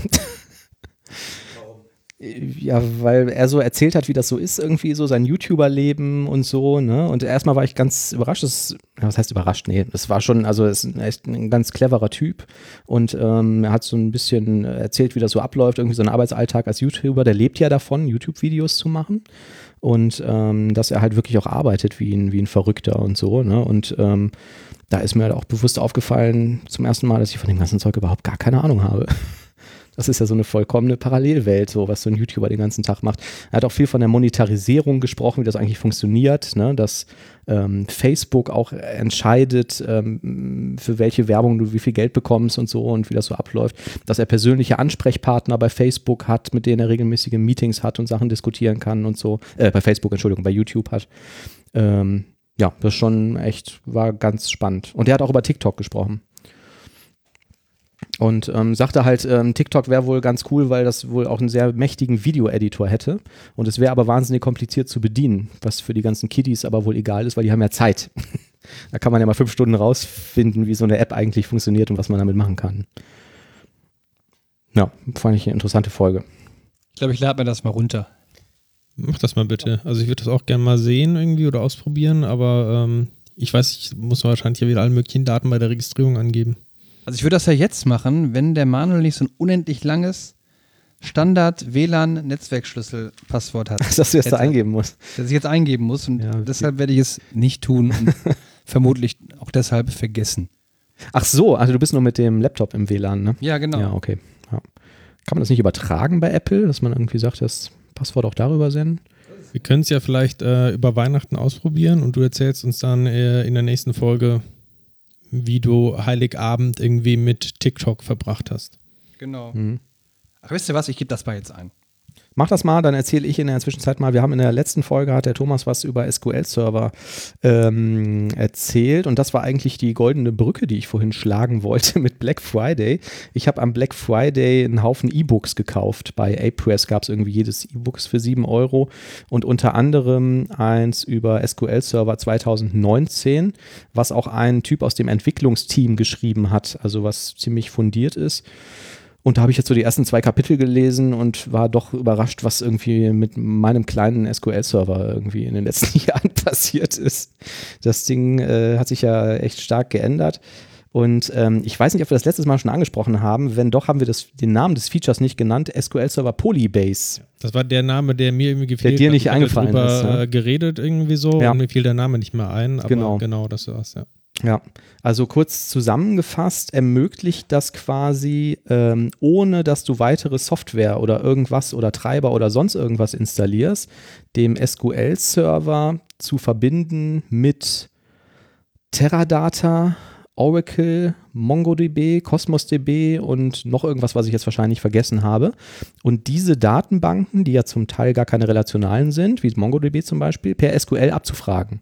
A: Ja, weil er so erzählt hat, wie das so ist, irgendwie so sein YouTuber-Leben und so, ne? Und erstmal war ich ganz überrascht. Was heißt überrascht? Nee, das war schon, also er ist echt ein ganz cleverer Typ und er hat so ein bisschen erzählt, wie das so abläuft, irgendwie so ein Arbeitsalltag als YouTuber, der lebt ja davon, YouTube-Videos zu machen und dass er halt wirklich auch arbeitet wie ein Verrückter und so, ne? Und da ist mir halt auch bewusst aufgefallen zum ersten Mal, dass ich von dem ganzen Zeug überhaupt gar keine Ahnung habe. Das ist ja so eine vollkommene Parallelwelt, so was so ein YouTuber den ganzen Tag macht. Er hat auch viel von der Monetarisierung gesprochen, wie das eigentlich funktioniert, ne? Dass Facebook auch entscheidet, für welche Werbung du wie viel Geld bekommst und so und wie das so abläuft. Dass er persönliche Ansprechpartner bei Facebook hat, mit denen er regelmäßige Meetings hat und Sachen diskutieren kann und so. Bei Facebook, Entschuldigung, bei YouTube hat. Ja, das schon echt, war ganz spannend. Und er hat auch über TikTok gesprochen. Und sagte halt, TikTok wäre wohl ganz cool, weil das wohl auch einen sehr mächtigen Video-Editor hätte. Und es wäre aber wahnsinnig kompliziert zu bedienen, was für die ganzen Kiddies aber wohl egal ist, weil die haben ja Zeit. Da kann man ja mal 5 Stunden rausfinden, wie so eine App eigentlich funktioniert und was man damit machen kann. Ja, fand ich eine interessante Folge.
B: Ich glaube, ich lade mir das mal runter.
C: Mach das mal bitte. Also ich würde das auch gerne mal sehen irgendwie oder ausprobieren, aber ich weiß, ich muss wahrscheinlich ja wieder alle möglichen Daten bei der Registrierung angeben.
B: Also ich würde das ja jetzt machen, wenn der Manuel nicht so ein unendlich langes Standard-WLAN-Netzwerkschlüssel-Passwort hat.
A: Dass du jetzt da eingeben musst.
B: Dass ich jetzt eingeben muss und deshalb werde ich es nicht tun und vermutlich auch deshalb vergessen.
A: Ach so, also du bist nur mit dem Laptop im WLAN, ne?
B: Ja, genau.
A: Ja, okay. Ja. Kann man das nicht übertragen bei Apple, dass man irgendwie sagt, das Passwort auch darüber senden?
C: Wir können es ja vielleicht über Weihnachten ausprobieren und du erzählst uns dann in der nächsten Folge, wie du Heiligabend irgendwie mit TikTok verbracht hast.
B: Genau. Ach, wisst ihr was? Ich gebe das mal jetzt ein.
A: Mach das mal, dann erzähle ich in der Zwischenzeit mal. Wir haben in der letzten Folge, hat der Thomas was über SQL-Server erzählt und das war eigentlich die goldene Brücke, die ich vorhin schlagen wollte mit Black Friday. Ich habe am Black Friday einen Haufen E-Books gekauft. Bei A-Press gab es irgendwie jedes E-Books für 7 € und unter anderem eins über SQL-Server 2019, was auch ein Typ aus dem Entwicklungsteam geschrieben hat, also was ziemlich fundiert ist. Und da habe ich jetzt so die ersten 2 Kapitel gelesen und war doch überrascht, was irgendwie mit meinem kleinen SQL-Server irgendwie in den letzten Jahren passiert ist. Das Ding hat sich ja echt stark geändert. Und ich weiß nicht, ob wir das letztes Mal schon angesprochen haben. Wenn doch, haben wir den Namen des Features nicht genannt. SQL-Server Polybase.
C: Das war der Name, der mir irgendwie gefehlt hat.
A: Der dir nicht eingefallen ist.
C: Ne? Geredet irgendwie so und mir fiel der Name nicht mehr ein. Aber genau das war's, ja.
A: Ja, also kurz zusammengefasst ermöglicht das quasi, ohne dass du weitere Software oder irgendwas oder Treiber oder sonst irgendwas installierst, dem SQL-Server zu verbinden mit Teradata, Oracle, MongoDB, Cosmos DB und noch irgendwas, was ich jetzt wahrscheinlich vergessen habe. Und diese Datenbanken, die ja zum Teil gar keine relationalen sind, wie MongoDB zum Beispiel, per SQL abzufragen.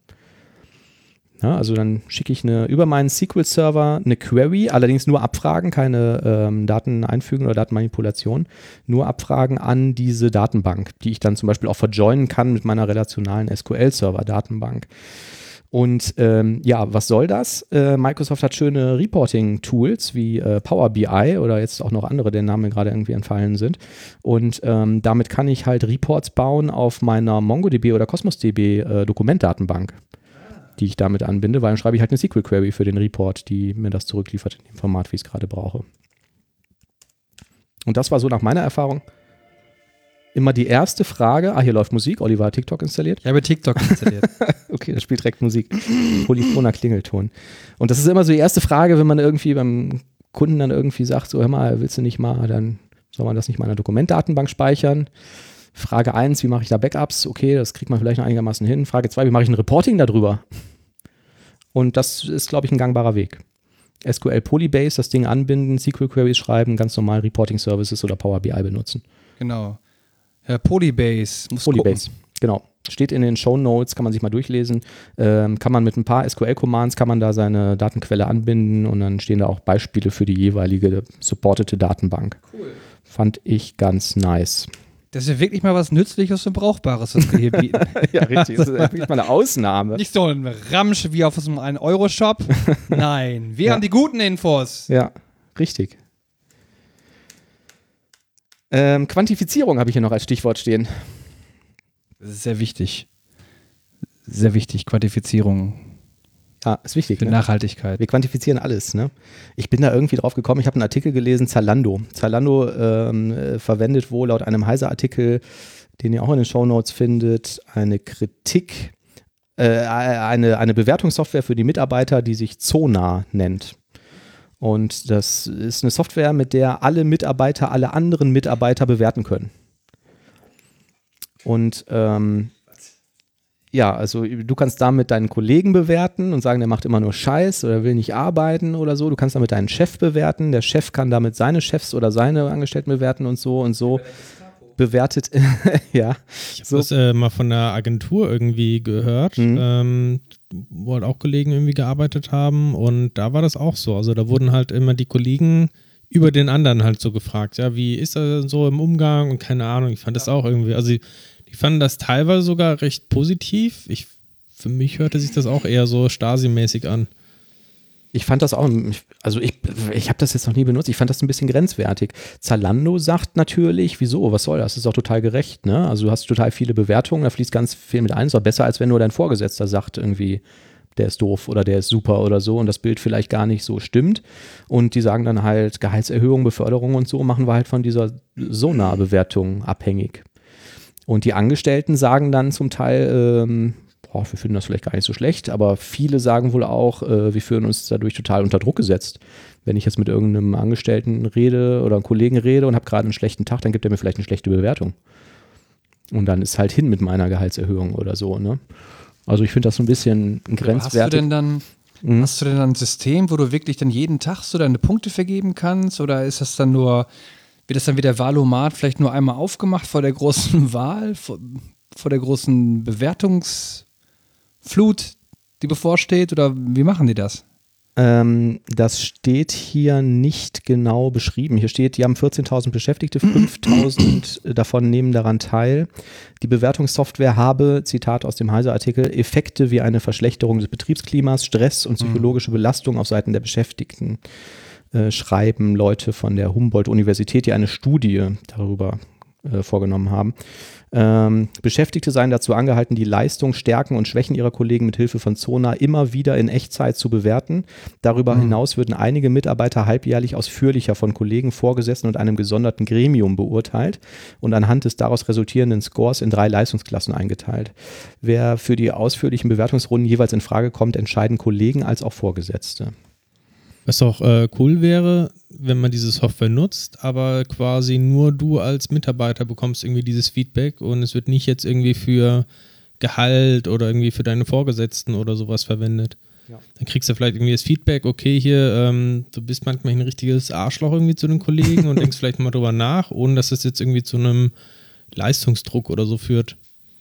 A: Ja, also dann schicke ich über meinen SQL-Server eine Query, allerdings nur Abfragen, keine Daten einfügen oder Datenmanipulation, nur Abfragen an diese Datenbank, die ich dann zum Beispiel auch verjoinen kann mit meiner relationalen SQL-Server-Datenbank. Und was soll das? Microsoft hat schöne Reporting-Tools wie Power BI oder jetzt auch noch andere, deren Namen mir gerade irgendwie entfallen sind. Und damit kann ich halt Reports bauen auf meiner MongoDB oder Cosmos DB Dokumentdatenbank, die ich damit anbinde, weil dann schreibe ich halt eine SQL-Query für den Report, die mir das zurückliefert in dem Format, wie ich es gerade brauche. Und das war so nach meiner Erfahrung immer die erste Frage. Hier läuft Musik. Oliver hat TikTok installiert.
B: Ich habe TikTok installiert.
A: Okay, das spielt direkt Musik. Polyphoner Klingelton. Und das ist immer so die erste Frage, wenn man irgendwie beim Kunden dann irgendwie sagt, so hör mal, willst du nicht mal, dann soll man das nicht mal in einer Dokumentdatenbank speichern. Frage 1, wie mache ich da Backups? Okay, das kriegt man vielleicht noch einigermaßen hin. Frage 2, wie mache ich ein Reporting darüber? Und das ist, glaube ich, ein gangbarer Weg. SQL Polybase, das Ding anbinden, SQL-Queries schreiben, ganz normal Reporting-Services oder Power BI benutzen.
B: Genau. Polybase.
A: Polybase, genau. Steht in den Shownotes, kann man sich mal durchlesen. Kann man mit ein paar SQL-Commands, kann man da seine Datenquelle anbinden und dann stehen da auch Beispiele für die jeweilige supportete Datenbank. Cool. Fand ich ganz nice.
B: Das ist ja wirklich mal was Nützliches und Brauchbares, was wir hier bieten.
A: Ja, richtig. Das ist wirklich mal eine Ausnahme.
B: Nicht so ein Ramsch wie auf so einem 1-Euro-Shop. Nein, wir haben die guten Infos.
A: Ja, richtig. Quantifizierung habe ich hier noch als Stichwort stehen.
B: Das ist sehr wichtig. Sehr wichtig, Quantifizierung.
A: Ja, ist wichtig.
B: Für Nachhaltigkeit.
A: Wir quantifizieren alles, ne? Ich bin da irgendwie drauf gekommen, ich habe einen Artikel gelesen, Zalando. Zalando verwendet wohl laut einem Heise-Artikel, den ihr auch in den Shownotes findet, eine Kritik, eine Bewertungssoftware für die Mitarbeiter, die sich Zona nennt. Und das ist eine Software, mit der alle Mitarbeiter, alle anderen Mitarbeiter bewerten können. Und ja, also du kannst damit deinen Kollegen bewerten und sagen, der macht immer nur Scheiß oder will nicht arbeiten oder so. Du kannst damit deinen Chef bewerten. Der Chef kann damit seine Chefs oder seine Angestellten bewerten und so bewertet. Ja.
C: Ich habe das mal von der Agentur irgendwie gehört, wo halt auch Kollegen irgendwie gearbeitet haben und da war das auch so. Also da wurden halt immer die Kollegen über den anderen halt so gefragt, ja, wie ist er so im Umgang und keine Ahnung. Ich fand das auch irgendwie, also die fanden das teilweise sogar recht positiv. Für mich hörte sich das auch eher so Stasi-mäßig an.
A: Ich fand das auch, also ich habe das jetzt noch nie benutzt, ich fand das ein bisschen grenzwertig. Zalando sagt natürlich, wieso, was soll das? Das ist doch total gerecht, ne? Also du hast total viele Bewertungen, da fließt ganz viel mit ein, ist doch besser, als wenn nur dein Vorgesetzter sagt irgendwie, der ist doof oder der ist super oder so und das Bild vielleicht gar nicht so stimmt. Und die sagen dann halt, Gehaltserhöhung, Beförderung und so machen wir halt von dieser Sona-Bewertung abhängig. Und die Angestellten sagen dann zum Teil, wir finden das vielleicht gar nicht so schlecht, aber viele sagen wohl auch, wir fühlen uns dadurch total unter Druck gesetzt. Wenn ich jetzt mit irgendeinem Angestellten rede oder einem Kollegen rede und habe gerade einen schlechten Tag, dann gibt er mir vielleicht eine schlechte Bewertung. Und dann ist halt hin mit meiner Gehaltserhöhung oder so, ne? Also ich finde das so ein bisschen grenzwertig.
B: Hast du denn dann ein System, wo du wirklich dann jeden Tag so deine Punkte vergeben kannst oder ist das dann nur... Wird das dann wie der Wahlomat vielleicht nur einmal aufgemacht vor der großen Wahl, vor der großen Bewertungsflut, die bevorsteht? Oder wie machen die das?
A: Das steht hier nicht genau beschrieben. Hier steht, die haben 14.000 Beschäftigte, 5.000 davon nehmen daran teil. Die Bewertungssoftware habe, Zitat aus dem Heise-Artikel, Effekte wie eine Verschlechterung des Betriebsklimas, Stress und psychologische Belastung auf Seiten der Beschäftigten. Schreiben Leute von der Humboldt-Universität, die eine Studie darüber vorgenommen haben. Beschäftigte seien dazu angehalten, die Leistung, Stärken und Schwächen ihrer Kollegen mit Hilfe von Zona immer wieder in Echtzeit zu bewerten. Darüber hinaus würden einige Mitarbeiter halbjährlich ausführlicher von Kollegen, Vorgesetzten und einem gesonderten Gremium beurteilt und anhand des daraus resultierenden Scores in 3 Leistungsklassen eingeteilt. Wer für die ausführlichen Bewertungsrunden jeweils in Frage kommt, entscheiden Kollegen als auch Vorgesetzte.
C: Was auch cool wäre, wenn man diese Software nutzt, aber quasi nur du als Mitarbeiter bekommst irgendwie dieses Feedback und es wird nicht jetzt irgendwie für Gehalt oder irgendwie für deine Vorgesetzten oder sowas verwendet. Ja. Dann kriegst du vielleicht irgendwie das Feedback, okay, hier, du bist manchmal ein richtiges Arschloch irgendwie zu den Kollegen und denkst vielleicht mal drüber nach, ohne dass es jetzt irgendwie zu einem Leistungsdruck oder so führt.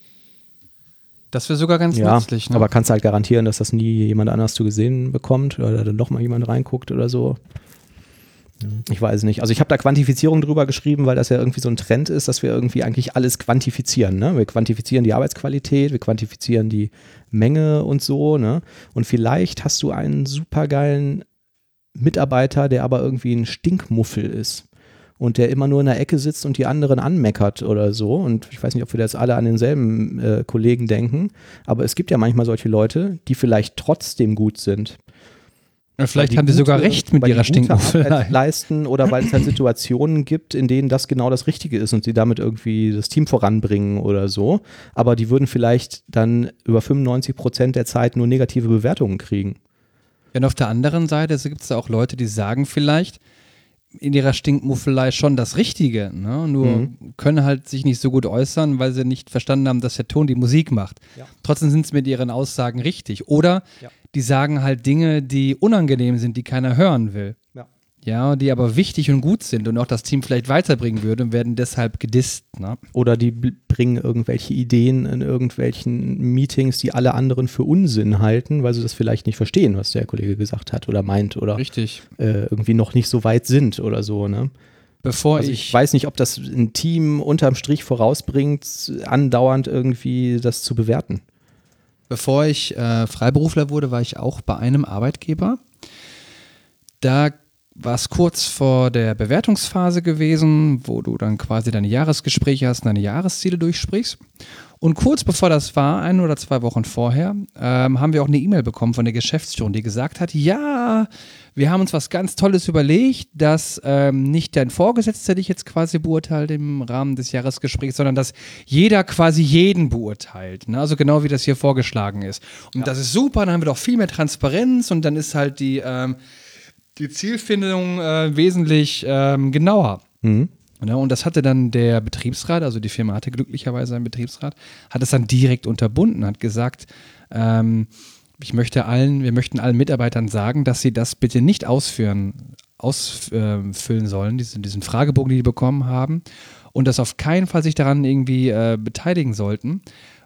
B: Das wäre sogar ganz nützlich. Ne?
A: Aber kannst halt garantieren, dass das nie jemand anders zu gesehen bekommt oder dann doch mal jemand reinguckt oder so? Ja. Ich weiß nicht. Also ich habe da Quantifizierung drüber geschrieben, weil das ja irgendwie so ein Trend ist, dass wir irgendwie eigentlich alles quantifizieren. Ne? Wir quantifizieren die Arbeitsqualität, wir quantifizieren die Menge und so. Ne? Und vielleicht hast du einen supergeilen Mitarbeiter, der aber irgendwie ein Stinkmuffel ist. Und der immer nur in der Ecke sitzt und die anderen anmeckert oder so. Und ich weiß nicht, ob wir jetzt alle an denselben Kollegen denken, aber es gibt ja manchmal solche Leute, die vielleicht trotzdem gut sind.
B: Ja, vielleicht haben die sogar recht mit ihrer Stinkmuffelei.
A: Leisten oder weil es halt Situationen gibt, in denen das genau das Richtige ist und sie damit irgendwie das Team voranbringen oder so. Aber die würden vielleicht dann über 95% der Zeit nur negative Bewertungen kriegen.
B: Ja, und auf der anderen Seite gibt es da auch Leute, die sagen vielleicht in ihrer Stinkmuffelei schon das Richtige, ne? Nur können halt sich nicht so gut äußern, weil sie nicht verstanden haben, dass der Ton die Musik macht. Ja. Trotzdem sind es mit ihren Aussagen richtig. Oder die sagen halt Dinge, die unangenehm sind, die keiner hören will. Ja, die aber wichtig und gut sind und auch das Team vielleicht weiterbringen würde und werden deshalb gedisst. Ne?
A: Oder die bringen irgendwelche Ideen in irgendwelchen Meetings, die alle anderen für Unsinn halten, weil sie das vielleicht nicht verstehen, was der Kollege gesagt hat oder meint oder irgendwie noch nicht so weit sind oder so. Ne? Ich weiß nicht, ob das ein Team unterm Strich vorausbringt, andauernd irgendwie das zu bewerten.
B: Bevor ich Freiberufler wurde, war ich auch bei einem Arbeitgeber. Da war es kurz vor der Bewertungsphase gewesen, wo du dann quasi deine Jahresgespräche hast und deine Jahresziele durchsprichst. Und kurz bevor das war, 1 oder 2 Wochen vorher, haben wir auch eine E-Mail bekommen von der Geschäftsführung, die gesagt hat, ja, wir haben uns was ganz Tolles überlegt, dass nicht dein Vorgesetzter dich jetzt quasi beurteilt im Rahmen des Jahresgesprächs, sondern dass jeder quasi jeden beurteilt. Ne? Also genau wie das hier vorgeschlagen ist. Und das ist super, dann haben wir doch viel mehr Transparenz und dann ist halt die Zielfindung wesentlich genauer. Ja, und das hatte dann der Betriebsrat, also die Firma hatte glücklicherweise einen Betriebsrat, hat es dann direkt unterbunden, hat gesagt, wir möchten allen Mitarbeitern sagen, dass sie das bitte nicht ausfüllen sollen, diesen Fragebogen, die bekommen haben, und dass auf keinen Fall sich daran irgendwie beteiligen sollten,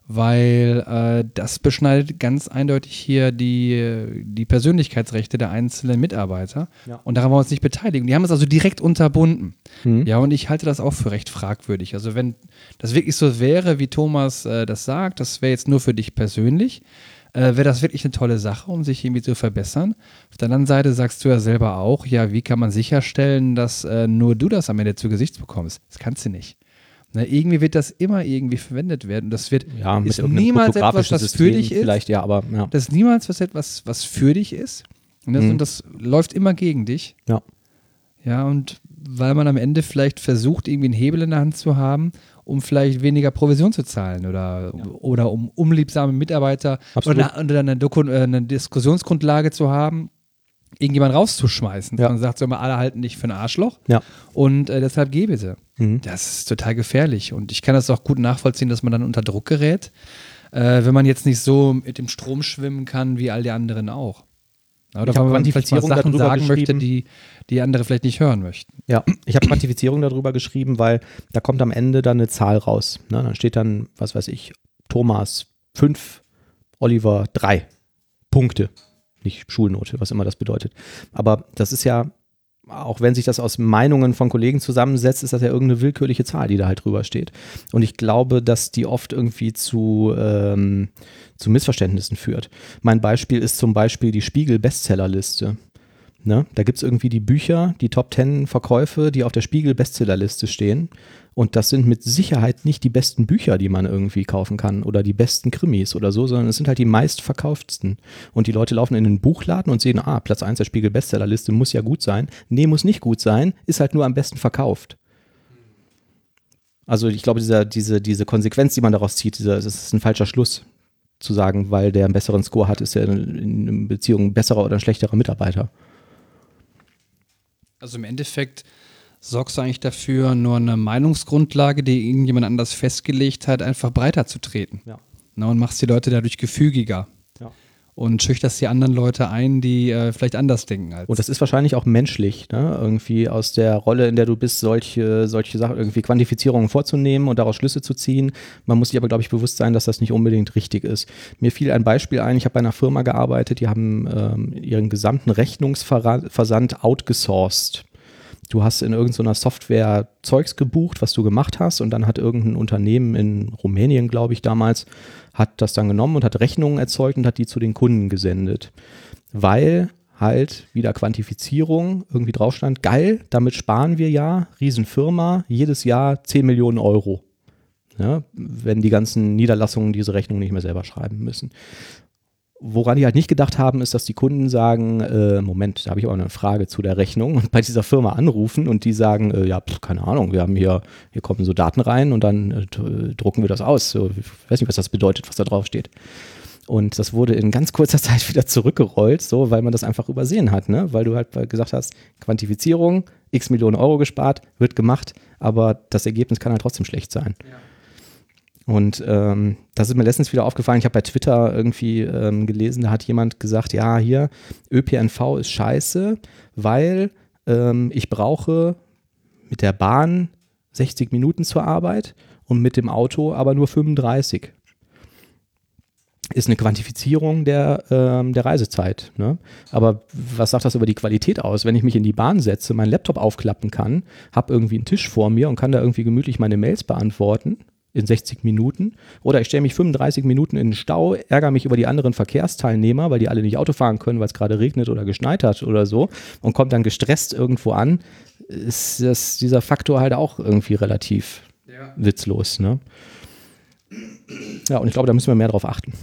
B: weil das beschneidet ganz eindeutig hier die Persönlichkeitsrechte der einzelnen Mitarbeiter. Ja. Und daran wollen wir uns nicht beteiligen. Die haben es also direkt unterbunden. Ja, und ich halte das auch für recht fragwürdig. Also wenn das wirklich so wäre, wie Thomas das sagt, das wäre jetzt nur für dich persönlich, wäre das wirklich eine tolle Sache, um sich irgendwie zu verbessern. Auf der anderen Seite sagst du ja selber auch, ja, wie kann man sicherstellen, dass nur du das am Ende zu Gesicht bekommst? Das kannst du nicht. Irgendwie wird das immer irgendwie verwendet werden. Und das wird ist niemals etwas, was für dich ist.
A: Vielleicht, ja, aber ja.
B: Das ist niemals was für dich ist. Und das läuft immer gegen dich.
A: Ja.
B: Ja, und weil man am Ende vielleicht versucht, irgendwie einen Hebel in der Hand zu haben, um vielleicht weniger Provision zu zahlen oder um unliebsame Mitarbeiter oder eine Diskussionsgrundlage zu haben, irgendjemand rauszuschmeißen. Ja. Man sagt so immer, alle halten dich für ein Arschloch und deshalb geh bitte. Das ist total gefährlich und ich kann das auch gut nachvollziehen, dass man dann unter Druck gerät, wenn man jetzt nicht so mit dem Strom schwimmen kann, wie all die anderen auch. Oder wenn man vielleicht mal Sachen sagen möchte, die andere vielleicht nicht hören möchten.
A: Ja, ich habe Quantifizierung darüber geschrieben, weil da kommt am Ende dann eine Zahl raus. Ne? Dann steht dann, was weiß ich, Thomas 5, Oliver 3 Punkte. Nicht Schulnote, was immer das bedeutet. Aber das ist ja, auch wenn sich das aus Meinungen von Kollegen zusammensetzt, ist das ja irgendeine willkürliche Zahl, die da halt drüber steht. Und ich glaube, dass die oft irgendwie zu Missverständnissen führt. Mein Beispiel ist zum Beispiel die Spiegel-Bestsellerliste. Ne? Da gibt es irgendwie die Bücher, die Top 10 Verkäufe, die auf der Spiegel-Bestsellerliste stehen. Und das sind mit Sicherheit nicht die besten Bücher, die man irgendwie kaufen kann oder die besten Krimis oder so, sondern es sind halt die meistverkauftesten. Und die Leute laufen in den Buchladen und sehen, Platz 1 der Spiegel-Bestsellerliste muss ja gut sein. Nee, muss nicht gut sein, ist halt nur am besten verkauft. Also ich glaube, diese Konsequenz, die man daraus zieht, das ist ein falscher Schluss. Zu sagen, weil der einen besseren Score hat, ist er in einer Beziehung ein besserer oder ein schlechterer Mitarbeiter.
B: Also im Endeffekt sorgst du eigentlich dafür, nur eine Meinungsgrundlage, die irgendjemand anders festgelegt hat, einfach breiter zu treten. Ja. Und machst die Leute dadurch gefügiger. Ja. Und schüchterst die anderen Leute ein, die vielleicht anders denken als.
A: Und das ist wahrscheinlich auch menschlich, ne? Irgendwie aus der Rolle, in der du bist, solche Sachen, irgendwie Quantifizierungen vorzunehmen und daraus Schlüsse zu ziehen. Man muss sich aber, glaube ich, bewusst sein, dass das nicht unbedingt richtig ist. Mir fiel ein Beispiel ein, ich habe bei einer Firma gearbeitet, die haben ihren gesamten Rechnungsversand outgesourced. Du hast in irgendeiner Software Zeugs gebucht, was du gemacht hast, und dann hat irgendein Unternehmen in Rumänien, glaube ich damals, hat das dann genommen und hat Rechnungen erzeugt und hat die zu den Kunden gesendet. Weil halt wieder Quantifizierung irgendwie drauf stand, geil, damit sparen wir ja, Riesenfirma, jedes Jahr 10 Millionen Euro. Ja, wenn die ganzen Niederlassungen diese Rechnung nicht mehr selber schreiben müssen. Woran die halt nicht gedacht haben, ist, dass die Kunden sagen, Moment, da habe ich aber eine Frage zu der Rechnung, und bei dieser Firma anrufen und die sagen, keine Ahnung, wir haben hier kommen so Daten rein und dann drucken wir das aus. So, ich weiß nicht, was das bedeutet, was da drauf steht. Und das wurde in ganz kurzer Zeit wieder zurückgerollt, so, weil man das einfach übersehen hat, ne? Weil du halt gesagt hast, Quantifizierung, x Millionen Euro gespart, wird gemacht, aber das Ergebnis kann halt trotzdem schlecht sein. Ja. Und das ist mir letztens wieder aufgefallen, ich habe bei Twitter irgendwie gelesen, da hat jemand gesagt, ja, hier, ÖPNV ist scheiße, weil ich brauche mit der Bahn 60 Minuten zur Arbeit und mit dem Auto aber nur 35. Ist eine Quantifizierung der Reisezeit. Ne? Aber was sagt das über die Qualität aus? Wenn ich mich in die Bahn setze, meinen Laptop aufklappen kann, habe irgendwie einen Tisch vor mir und kann da irgendwie gemütlich meine Mails beantworten in 60 Minuten. Oder ich stelle mich 35 Minuten in den Stau, ärgere mich über die anderen Verkehrsteilnehmer, weil die alle nicht Auto fahren können, weil es gerade regnet oder geschneit hat oder so und komme dann gestresst irgendwo an, ist dieser Faktor halt auch irgendwie relativ witzlos. Ne? Ja, und ich glaube, da müssen wir mehr drauf achten.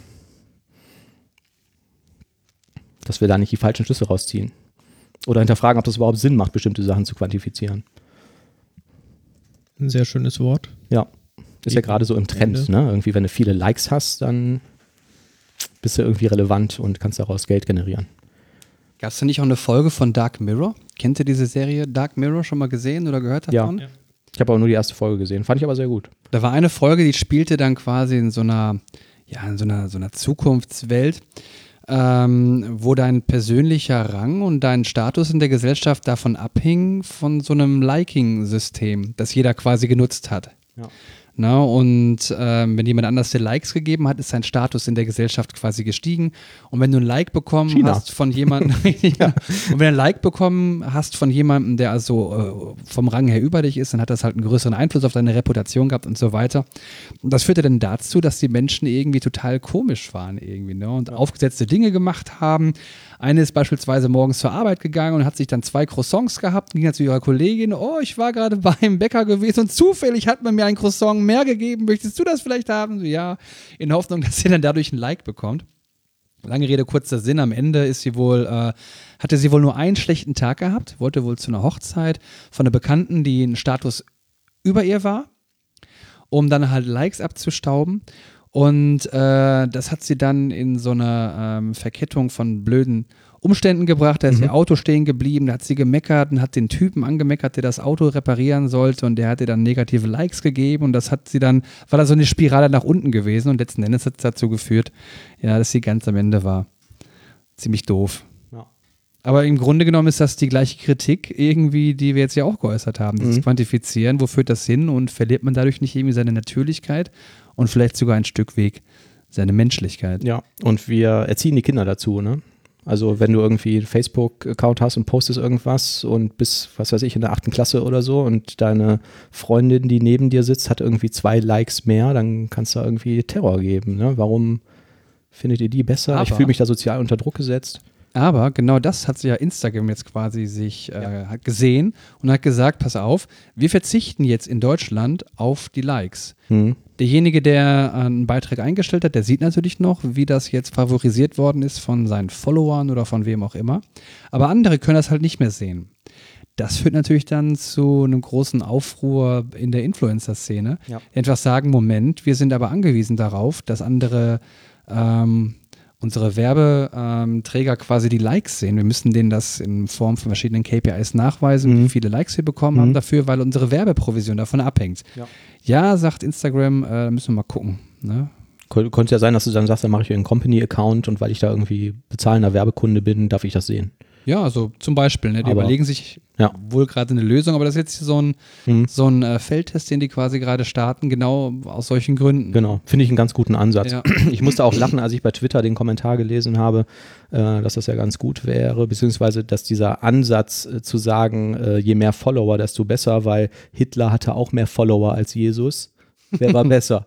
A: Dass wir da nicht die falschen Schlüsse rausziehen. Oder hinterfragen, ob das überhaupt Sinn macht, bestimmte Sachen zu quantifizieren.
C: Ein sehr schönes Wort.
A: Ja, ist ja gerade so im Trend. Ne? Irgendwie, wenn du viele Likes hast, dann bist du irgendwie relevant und kannst daraus Geld generieren.
B: Gab es da nicht auch eine Folge von Dark Mirror? Kennt ihr diese Serie Dark Mirror schon mal gesehen oder gehört davon?
A: Ja. Ich habe auch nur die erste Folge gesehen. Fand ich aber sehr gut.
B: Da war eine Folge, die spielte dann quasi in so einer Zukunftswelt, wo dein persönlicher Rang und dein Status in der Gesellschaft davon abhing von so einem Liking-System, das jeder quasi genutzt hat. Ja. Na, und wenn jemand anders dir Likes gegeben hat, ist sein Status in der Gesellschaft quasi gestiegen. Und wenn du ein Like bekommen hast von jemandem, und wenn du ein Like bekommen hast von jemandem, der also vom Rang her über dich ist, dann hat das halt einen größeren Einfluss auf deine Reputation gehabt und so weiter. Und das führte dann dazu, dass die Menschen irgendwie total komisch waren irgendwie, ne? Und aufgesetzte Dinge gemacht haben. Eine ist beispielsweise morgens zur Arbeit gegangen und hat sich dann 2 Croissants gehabt und ging dann zu ihrer Kollegin, ich war gerade beim Bäcker gewesen und zufällig hat man mir ein Croissant mehr gegeben, möchtest du das vielleicht haben? So, ja, in Hoffnung, dass sie dann dadurch ein Like bekommt. Lange Rede, kurzer Sinn, am Ende hatte sie wohl nur einen schlechten Tag gehabt, wollte wohl zu einer Hochzeit von einer Bekannten, die einen Status über ihr war, um dann halt Likes abzustauben. Und das hat sie dann in so einer Verkettung von blöden Umständen gebracht. Da ist ihr Auto stehen geblieben, da hat sie gemeckert und hat den Typen angemeckert, der das Auto reparieren sollte, und der hat ihr dann negative Likes gegeben und war da so eine Spirale nach unten gewesen, und letzten Endes hat es dazu geführt, ja, dass sie ganz am Ende war. Ziemlich doof. Ja. Aber im Grunde genommen ist das die gleiche Kritik irgendwie, die wir jetzt ja auch geäußert haben. Das Quantifizieren, wo führt das hin, und verliert man dadurch nicht irgendwie seine Natürlichkeit und vielleicht sogar ein Stück Weg seine Menschlichkeit.
A: Ja, und wir erziehen die Kinder dazu, ne? Also wenn du irgendwie einen Facebook-Account hast und postest irgendwas und bist, was weiß ich, in der 8. Klasse oder so, und deine Freundin, die neben dir sitzt, hat irgendwie 2 Likes mehr, dann kannst du irgendwie Terror geben, ne? Warum findet ihr die besser? Ich fühle mich da sozial unter Druck gesetzt.
B: Aber genau das hat sich ja Instagram jetzt quasi hat gesehen und hat gesagt, pass auf, wir verzichten jetzt in Deutschland auf die Likes. Derjenige, der einen Beitrag eingestellt hat, der sieht natürlich noch, wie das jetzt favorisiert worden ist von seinen Followern oder von wem auch immer. Aber andere können das halt nicht mehr sehen. Das führt natürlich dann zu einem großen Aufruhr in der Influencer-Szene. Ja. Die einfach sagen, Moment, wir sind aber angewiesen darauf, dass andere unsere Werbeträger quasi die Likes sehen. Wir müssen denen das in Form von verschiedenen KPIs nachweisen, wie viele Likes wir bekommen haben dafür, weil unsere Werbeprovision davon abhängt. Ja, sagt Instagram, da müssen wir mal gucken. Ne?
A: Könnte ja sein, dass du dann sagst, dann mache ich einen Company-Account, und weil ich da irgendwie bezahlender Werbekunde bin, darf ich das sehen.
B: Ja, also zum Beispiel, ne? Die überlegen sich wohl gerade eine Lösung, aber das ist jetzt so ein Feldtest, den die quasi gerade starten, genau aus solchen Gründen.
A: Genau, finde ich einen ganz guten Ansatz. Ja. Ich musste auch lachen, als ich bei Twitter den Kommentar gelesen habe, dass das ja ganz gut wäre, beziehungsweise dass dieser Ansatz zu sagen, je mehr Follower, desto besser, weil Hitler hatte auch mehr Follower als Jesus. Wer war besser?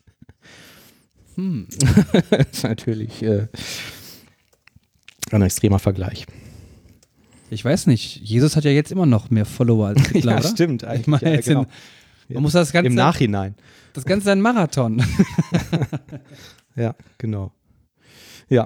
A: Das ist natürlich ein extremer Vergleich.
B: Ich weiß nicht, Jesus hat ja jetzt immer noch mehr Follower als Hitler, oder?
A: Ja, stimmt.
B: Ich meine, genau. Man muss das Ganze,
A: im Nachhinein.
B: Das Ganze ist ein Marathon.
A: Ja, genau. Ja.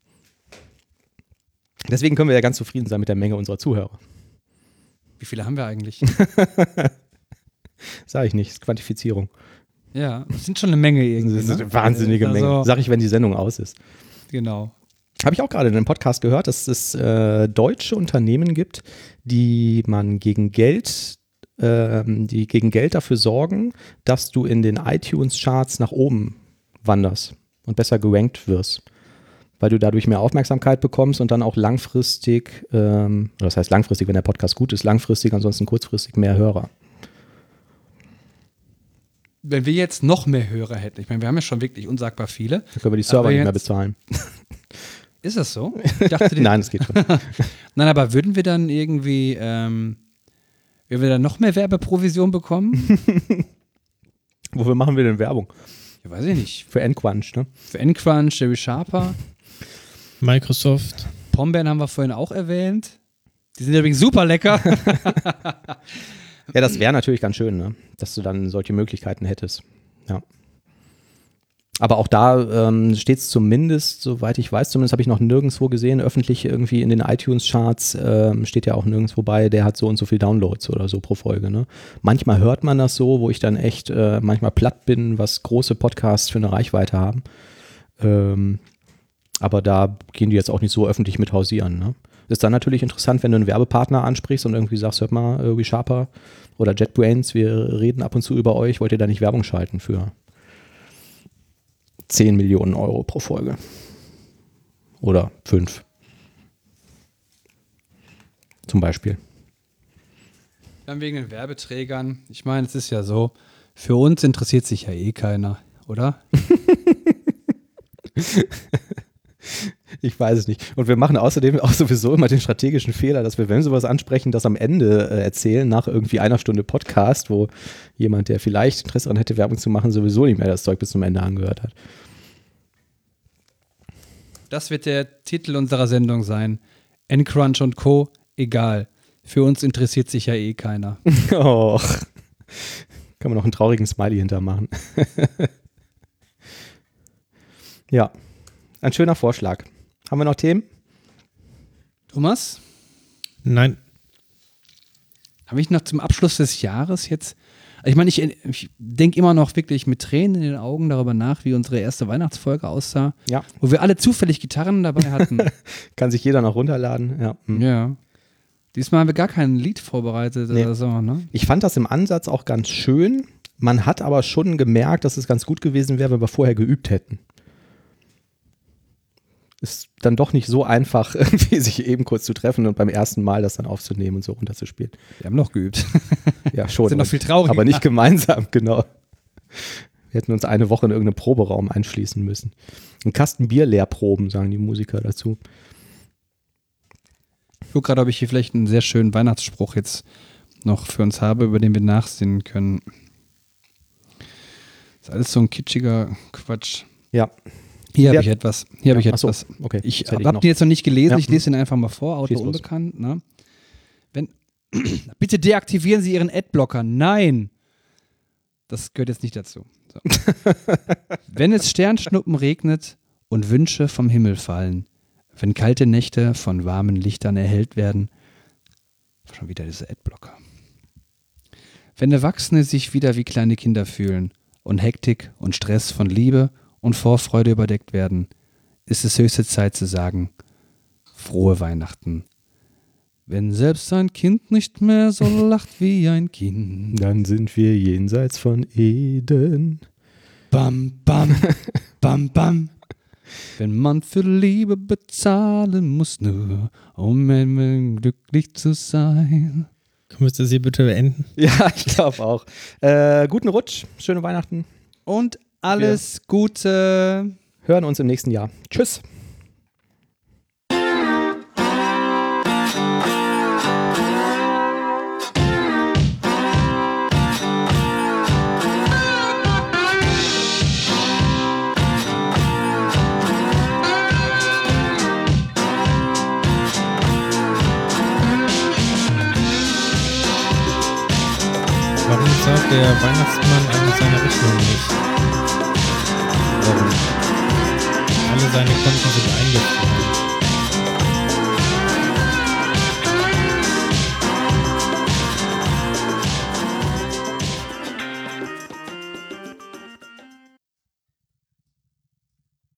A: Deswegen können wir ja ganz zufrieden sein mit der Menge unserer Zuhörer.
B: Wie viele haben wir eigentlich?
A: Sag ich nicht, das ist Quantifizierung.
B: Ja, das sind schon eine Menge irgendwie.
A: Das ist eine wahnsinnige Menge. Sag ich, wenn die Sendung aus ist.
B: Genau.
A: Habe ich auch gerade in einem Podcast gehört, dass es deutsche Unternehmen gibt, die gegen Geld dafür sorgen, dass du in den iTunes-Charts nach oben wanderst und besser gerankt wirst. Weil du dadurch mehr Aufmerksamkeit bekommst und dann auch langfristig, das heißt langfristig, wenn der Podcast gut ist, langfristig, ansonsten kurzfristig mehr Hörer.
B: Wenn wir jetzt noch mehr Hörer hätten, ich meine, wir haben ja schon wirklich unsagbar viele.
A: Dann können wir die Server nicht mehr bezahlen.
B: Ist das so? Ich dachte,
A: Nein, das geht schon.
B: Nein, aber würden wir dann irgendwie, würden wir dann noch mehr Werbeprovision bekommen?
A: Wofür machen wir denn Werbung?
B: Ja, weiß ich nicht.
A: Für N-Crunch, ne?
B: Für N-Crunch, Jerry Sharper.
C: Microsoft.
B: Pombeeren haben wir vorhin auch erwähnt. Die sind übrigens super lecker.
A: Ja, das wäre natürlich ganz schön, ne? Dass du dann solche Möglichkeiten hättest. Ja. Aber auch da steht es zumindest, soweit ich weiß, zumindest habe ich noch nirgendwo gesehen, öffentlich irgendwie in den iTunes-Charts steht ja auch nirgendwo bei, der hat so und so viel Downloads oder so pro Folge. Ne? Manchmal hört man das so, wo ich dann echt manchmal platt bin, was große Podcasts für eine Reichweite haben. Aber da gehen die jetzt auch nicht so öffentlich mit hausieren. Ne? Ist dann natürlich interessant, wenn du einen Werbepartner ansprichst und irgendwie sagst, hört mal, irgendwie Sharper oder JetBrains, wir reden ab und zu über euch, wollt ihr da nicht Werbung schalten für 10 Millionen Euro pro Folge. Oder 5. Zum Beispiel.
B: Dann wegen den Werbeträgern. Ich meine, es ist ja so, für uns interessiert sich ja eh keiner, oder?
A: Ich weiß es nicht. Und wir machen außerdem auch sowieso immer den strategischen Fehler, dass wir, wenn wir sowas ansprechen, das am Ende erzählen, nach irgendwie einer Stunde Podcast, wo jemand, der vielleicht Interesse daran hätte, Werbung zu machen, sowieso nicht mehr das Zeug bis zum Ende angehört hat.
B: Das wird der Titel unserer Sendung sein. N-Crunch und Co. Egal. Für uns interessiert sich ja eh keiner.
A: Och. Kann man noch einen traurigen Smiley hintermachen. Ja. Ein schöner Vorschlag. Haben wir noch Themen?
B: Thomas?
C: Nein.
B: Habe ich noch zum Abschluss des Jahres jetzt? Ich meine, ich denke immer noch wirklich mit Tränen in den Augen darüber nach, wie unsere erste Weihnachtsfolge aussah.
A: Ja.
B: Wo wir alle zufällig Gitarren dabei hatten.
A: Kann sich jeder noch runterladen. Ja.
B: Ja. Diesmal haben wir gar kein Lied vorbereitet oder so, ne?
A: Ich fand das im Ansatz auch ganz schön. Man hat aber schon gemerkt, dass es ganz gut gewesen wäre, wenn wir vorher geübt hätten. Ist dann doch nicht so einfach, irgendwie sich eben kurz zu treffen und beim ersten Mal das dann aufzunehmen und so runterzuspielen.
B: Wir haben noch geübt.
A: Ja, schon.
B: Sind noch viel trauriger.
A: Aber nicht gemeinsam, genau. Wir hätten uns eine Woche in irgendeinen Proberaum einschließen müssen. Ein Kasten Bier leer proben, sagen die Musiker dazu.
B: Ich gucke gerade, ob ich hier vielleicht einen sehr schönen Weihnachtsspruch jetzt noch für uns habe, über den wir nachsinnen können. Das ist alles so ein kitschiger Quatsch.
A: Ja.
B: Hier habe ich etwas.
A: Achso, okay.
B: Ich habe den jetzt noch nicht gelesen,
A: Ja.
B: Ich lese ihn einfach mal vor, Autor unbekannt. Ne? Bitte deaktivieren Sie Ihren Adblocker. Nein! Das gehört jetzt nicht dazu. So. Wenn es Sternschnuppen regnet und Wünsche vom Himmel fallen, wenn kalte Nächte von warmen Lichtern erhellt werden, schon wieder diese Adblocker. Wenn Erwachsene sich wieder wie kleine Kinder fühlen und Hektik und Stress von Liebe und Vorfreude überdeckt werden, ist es höchste Zeit zu sagen, frohe Weihnachten. Wenn selbst ein Kind nicht mehr so lacht wie ein Kind,
A: Dann sind wir jenseits von Eden.
B: bam, bam, bam, bam. Wenn man für Liebe bezahlen muss, nur um glücklich zu sein.
C: Können wir das hier bitte beenden?
A: Ja, ich glaube auch. Guten Rutsch, schöne Weihnachten.
B: Und alles Gute.
A: Hören uns im nächsten Jahr. Tschüss.
C: Warum sagt der Weihnachtsmann eigentlich seine Rechnung nicht?
A: Warum?
C: Alle seine Konten sind eingefroren.